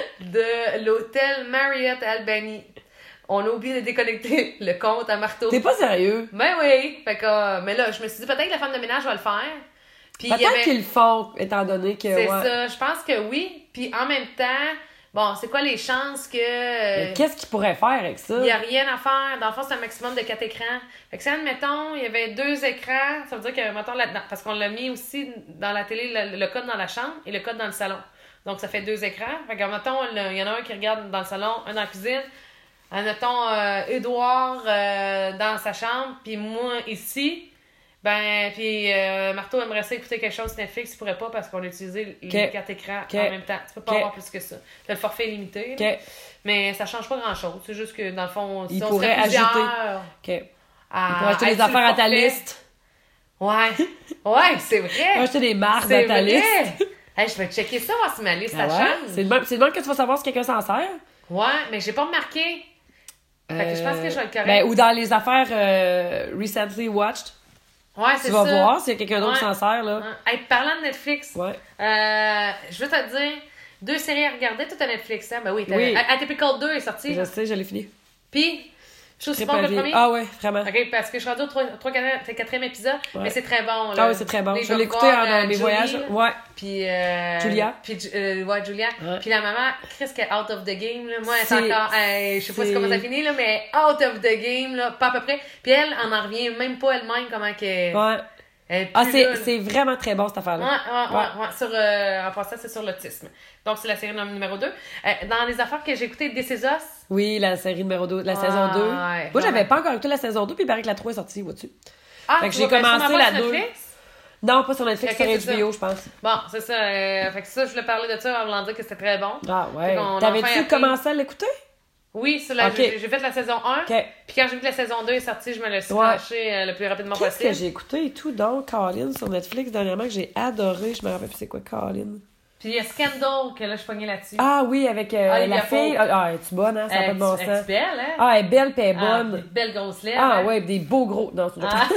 de l'hôtel Marriott Albany, on a oublié de déconnecter le compte à marteau. T'es pas sérieux? Ben oui. Fait que, euh, mais là, je me suis dit, peut-être que la femme de ménage va le faire. Puis il y Peut-être avait... qu'ils le font, étant donné que... C'est ouais. ça, je pense que oui. Puis en même temps, bon, c'est quoi les chances que... Mais qu'est-ce qu'ils pourraient faire avec ça? Il n'y a rien à faire. Dans le fond, c'est un maximum de quatre écrans. Fait que si, admettons, il y avait deux écrans, ça veut dire que, mettons, là-dedans, parce qu'on l'a mis aussi dans la télé, le, le code dans la chambre et le code dans le salon. Donc, ça fait deux écrans. Fait que, mettons, il y en a un qui regarde dans le salon, un dans la cuisine. Admettons, euh, Édouard euh, dans sa chambre, puis moi ici. Ben, puis euh, Marteau aimerait ça écouter quelque chose sur Netflix, il pourrait pas parce qu'on a utilisé les Okay. quatre écrans Okay. en même temps. Tu peux pas Okay. avoir plus que ça. Le forfait est limité. là. OK. Mais ça change pas grand-chose. C'est juste que dans le fond, si Il on pourrait serait plusieurs ajouter. OK. à, Il pourrait acheter à des être sur affaires le à ta forfait. liste. Ouais. Ouais, c'est Il pourrait vrai. acheter des marques C'est dans ta vrai. liste. Hey, je vais checker ça, voir si ma liste Ah ça ouais? change. C'est le même, c'est le même que tu vas savoir si quelqu'un s'en sert. Ouais, mais j'ai pas remarqué. Fait que je pense que je vais être correct. Ben, ou dans les affaires euh, recently watched. Ouais, c'est Tu ça. vas voir s'il y a quelqu'un d'autre qui Ouais. s'en sert, là. Ouais. Hey, parlant de Netflix, Ouais. euh, je veux te dire, deux séries à regarder, tout à Netflix, hein? Ben oui, t'as... Oui. A- Atypical deux est sorti. Je sais, je l'ai fini. Puis, je suis aussi Très bon que le pavé. premier. Ah ouais, vraiment. Ok, parce que je suis rendue au quatrième épisode, Ouais. mais c'est très bon. Là. Ah oui, c'est très bon. Puis Je vais l'ai écouté voir, en- dans euh, mes Julie, voyages. là. Ouais. Puis, euh, Julia. Puis, euh, ouais, Julia. Ouais. Puis la maman, Chris, qui est out of the game, là. Moi, elle est C'est- encore, euh, je sais pas c'est- comment ça finit, là, mais out of the game, là, pas à peu près. Puis elle, on en revient même pas elle-même, comment qu'elle. Ouais. elle est Ah, plus c'est, là, là. c'est vraiment très bon, cette Ouais, affaire-là. ouais, ouais, ouais. Sur, euh, en passant, c'est sur l'autisme. Donc, c'est la série numéro deux. Euh, dans les affaires que j'ai écoutées, This Is Us. Oui, la série numéro deux, la Ah, saison deux. ouais, Moi, j'avais ouais. pas encore écouté la saison deux, puis il paraît que la trois est sortie, vois-tu. Ah, Fait que tu j'ai vas faire commencé sûrement pas la sur deux. Netflix? Non, pas sur Netflix, Ok, c'est sur H B O, je pense. Bon, c'est ça. Euh, fait que ça, je voulais parler de ça en voulant dire que c'était très bon. Ah ouais. Fait qu'on a T'avais-tu enfin appris- commencé à l'écouter? Oui, c'est la, Ok. j'ai, j'ai fait la saison un. OK. Puis quand j'ai vu que la saison deux est sortie, je me le suis Ouais. lâché euh, le plus rapidement Qu'est-ce possible. que j'ai écouté et tout, donc, Colin, sur Netflix, dernièrement, que j'ai adoré. Je me rappelle plus c'est quoi, Colin. Puis il y a Scandal que là, je pognais là-dessus. Ah oui, avec euh, Olivia la fille. Pope. Ah, es-tu bonne, hein? Ça n'a Euh, pas de bon tu- sens. es-tu belle, hein? Ah, elle est belle pis elle est Ah, bonne. belle grosse lèvre. Ah, hein? ouais, pis des beaux gros. Non, c'est Ah.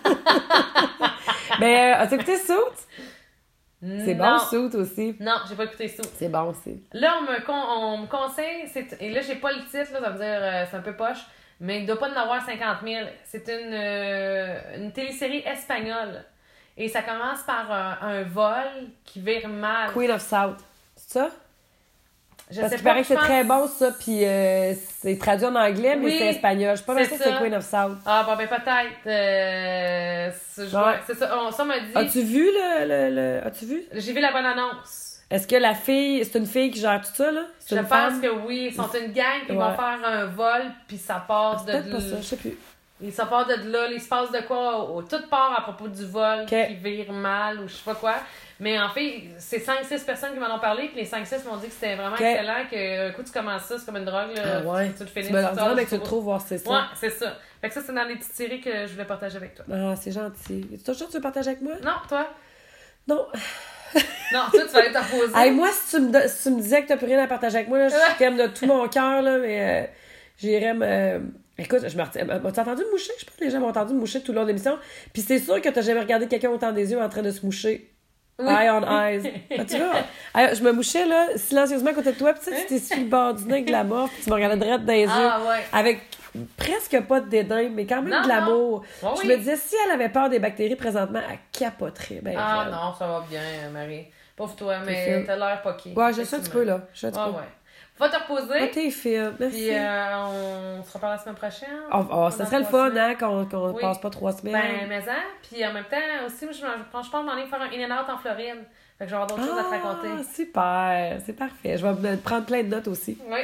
Mais, euh, as-tu écouté Suits? C'est bon, Non. Suits aussi. Non, j'ai pas écouté ça. C'est bon aussi. Là, on me, con- on me conseille, c'est, et là, j'ai pas le titre, là, ça veut dire, euh, c'est un peu poche, mais il doit pas en avoir cinquante mille. C'est une, euh, une télésérie espagnole. Et ça commence par un, un vol qui vire mal. Queen of South. C'est ça? Je Parce sais qu'il pas, paraît que c'est je pense- très bon, ça, puis euh, c'est traduit en anglais, mais Oui, c'est espagnol. Je suis pas mal c'est sûre que c'est ça. Queen of South. Ah, bon, ben peut-être. Euh, c'est, je Ouais. vois- c'est ça, on, ça m'a dit. As-tu vu le, le, le- As-tu vu? J'ai vu la bonne annonce. Est-ce que la fille, c'est une fille qui gère tout ça, là? C'est Je une pense femme? que oui, ils sont une gang, puis ils vont Ouais. faire un vol, puis ça part de C'est peut-être pas là. ça, je sais plus. Et ça part de là, il se passe de quoi, au, tout part à propos du vol Ok. qui vire mal ou je sais pas quoi. Mais en fait, c'est cinq six personnes qui m'en ont parlé, puis les cinq six m'ont dit que c'était vraiment Ok. excellent, que un coup tu commences ça, c'est comme une drogue, là, Ah ouais. tu, tu le finis. Tu me leur tu diras, sors mais du que tu le four. trouves, voir si c'est ça. Ouais, c'est ça. Fait que ça, c'est dans les petites séries que je voulais partager avec toi. Ah, c'est gentil. Es-tu toujours que tu veux partager avec moi? Non, toi? Non. Non, toi, tu vas aller t'opposer. Hey, moi, si tu, me, do- si tu me disais que t'as plus rien à partager avec moi, là, je t'aime de tout mon cœur, là, mais euh, j'irais me... euh, Écoute, je me retiens. M'as-tu entendu me moucher? Je pense que les gens m'ont entendu me moucher tout le long de l'émission. Puis c'est sûr que t'as jamais regardé quelqu'un autant des yeux en train de se moucher. Oui. Eye on eyes. Ah, tu vois? Hey, je me mouchais, là, silencieusement à côté de toi. Puis tu sais, tu t'es suffi le bord du nez avec de la mort. Puis tu me regardais droit dans les yeux. Ah, ouais. Avec presque pas de dédain, mais quand même Non, de l'amour. non. Ouais, je oui. me disais, si elle avait peur des bactéries présentement, elle capoterait. Ben, Ah raide. non, ça va bien, Marie. Pauvre toi, T'es mais fine. t'as l'air poqué. Ouais, j'ai ça un petit peu, là. J'ai ça un petit Ah peu. ouais. Va te reposer. Ah, t'es fine. Merci. Puis euh, on se reparle la semaine prochaine. Oh, oh, ça Pendant serait le trois fun, semaines. hein, qu'on qu'on Oui. passe pas trois semaines. Ben, mais hein. Puis en même temps, aussi, moi, je, je pense je pense m'en aller faire un in-and-out en Floride. Fait que je vais avoir d'autres choses à te Ah, raconter. super, c'est parfait. Je vais me prendre plein de notes aussi. Oui.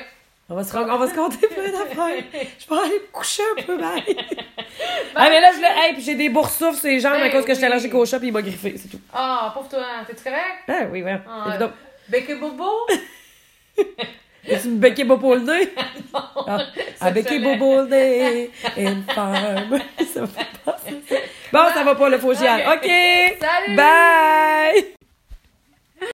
On va se, on va se compter plein d'affaires. Je vais aller me coucher un peu, bye. Ah, mais là, je l'ai. Hey, puis j'ai des boursoufles sur les jambes Ben à cause que oui. j'étais allergique au chat, puis il m'a griffé, c'est tout. Ah, pauvre toi, t'es-tu correct? Ah, oui, ouais. Ah, Évidemment. Bec et bobo? As-tu me becqué bobo le nez? Non. Ah, Ça, à becqué je l'ai. bobo le nez, une femme. Ça va pas, ça. Bon, ça va pas, le faux chial. OK! Salut! Bye!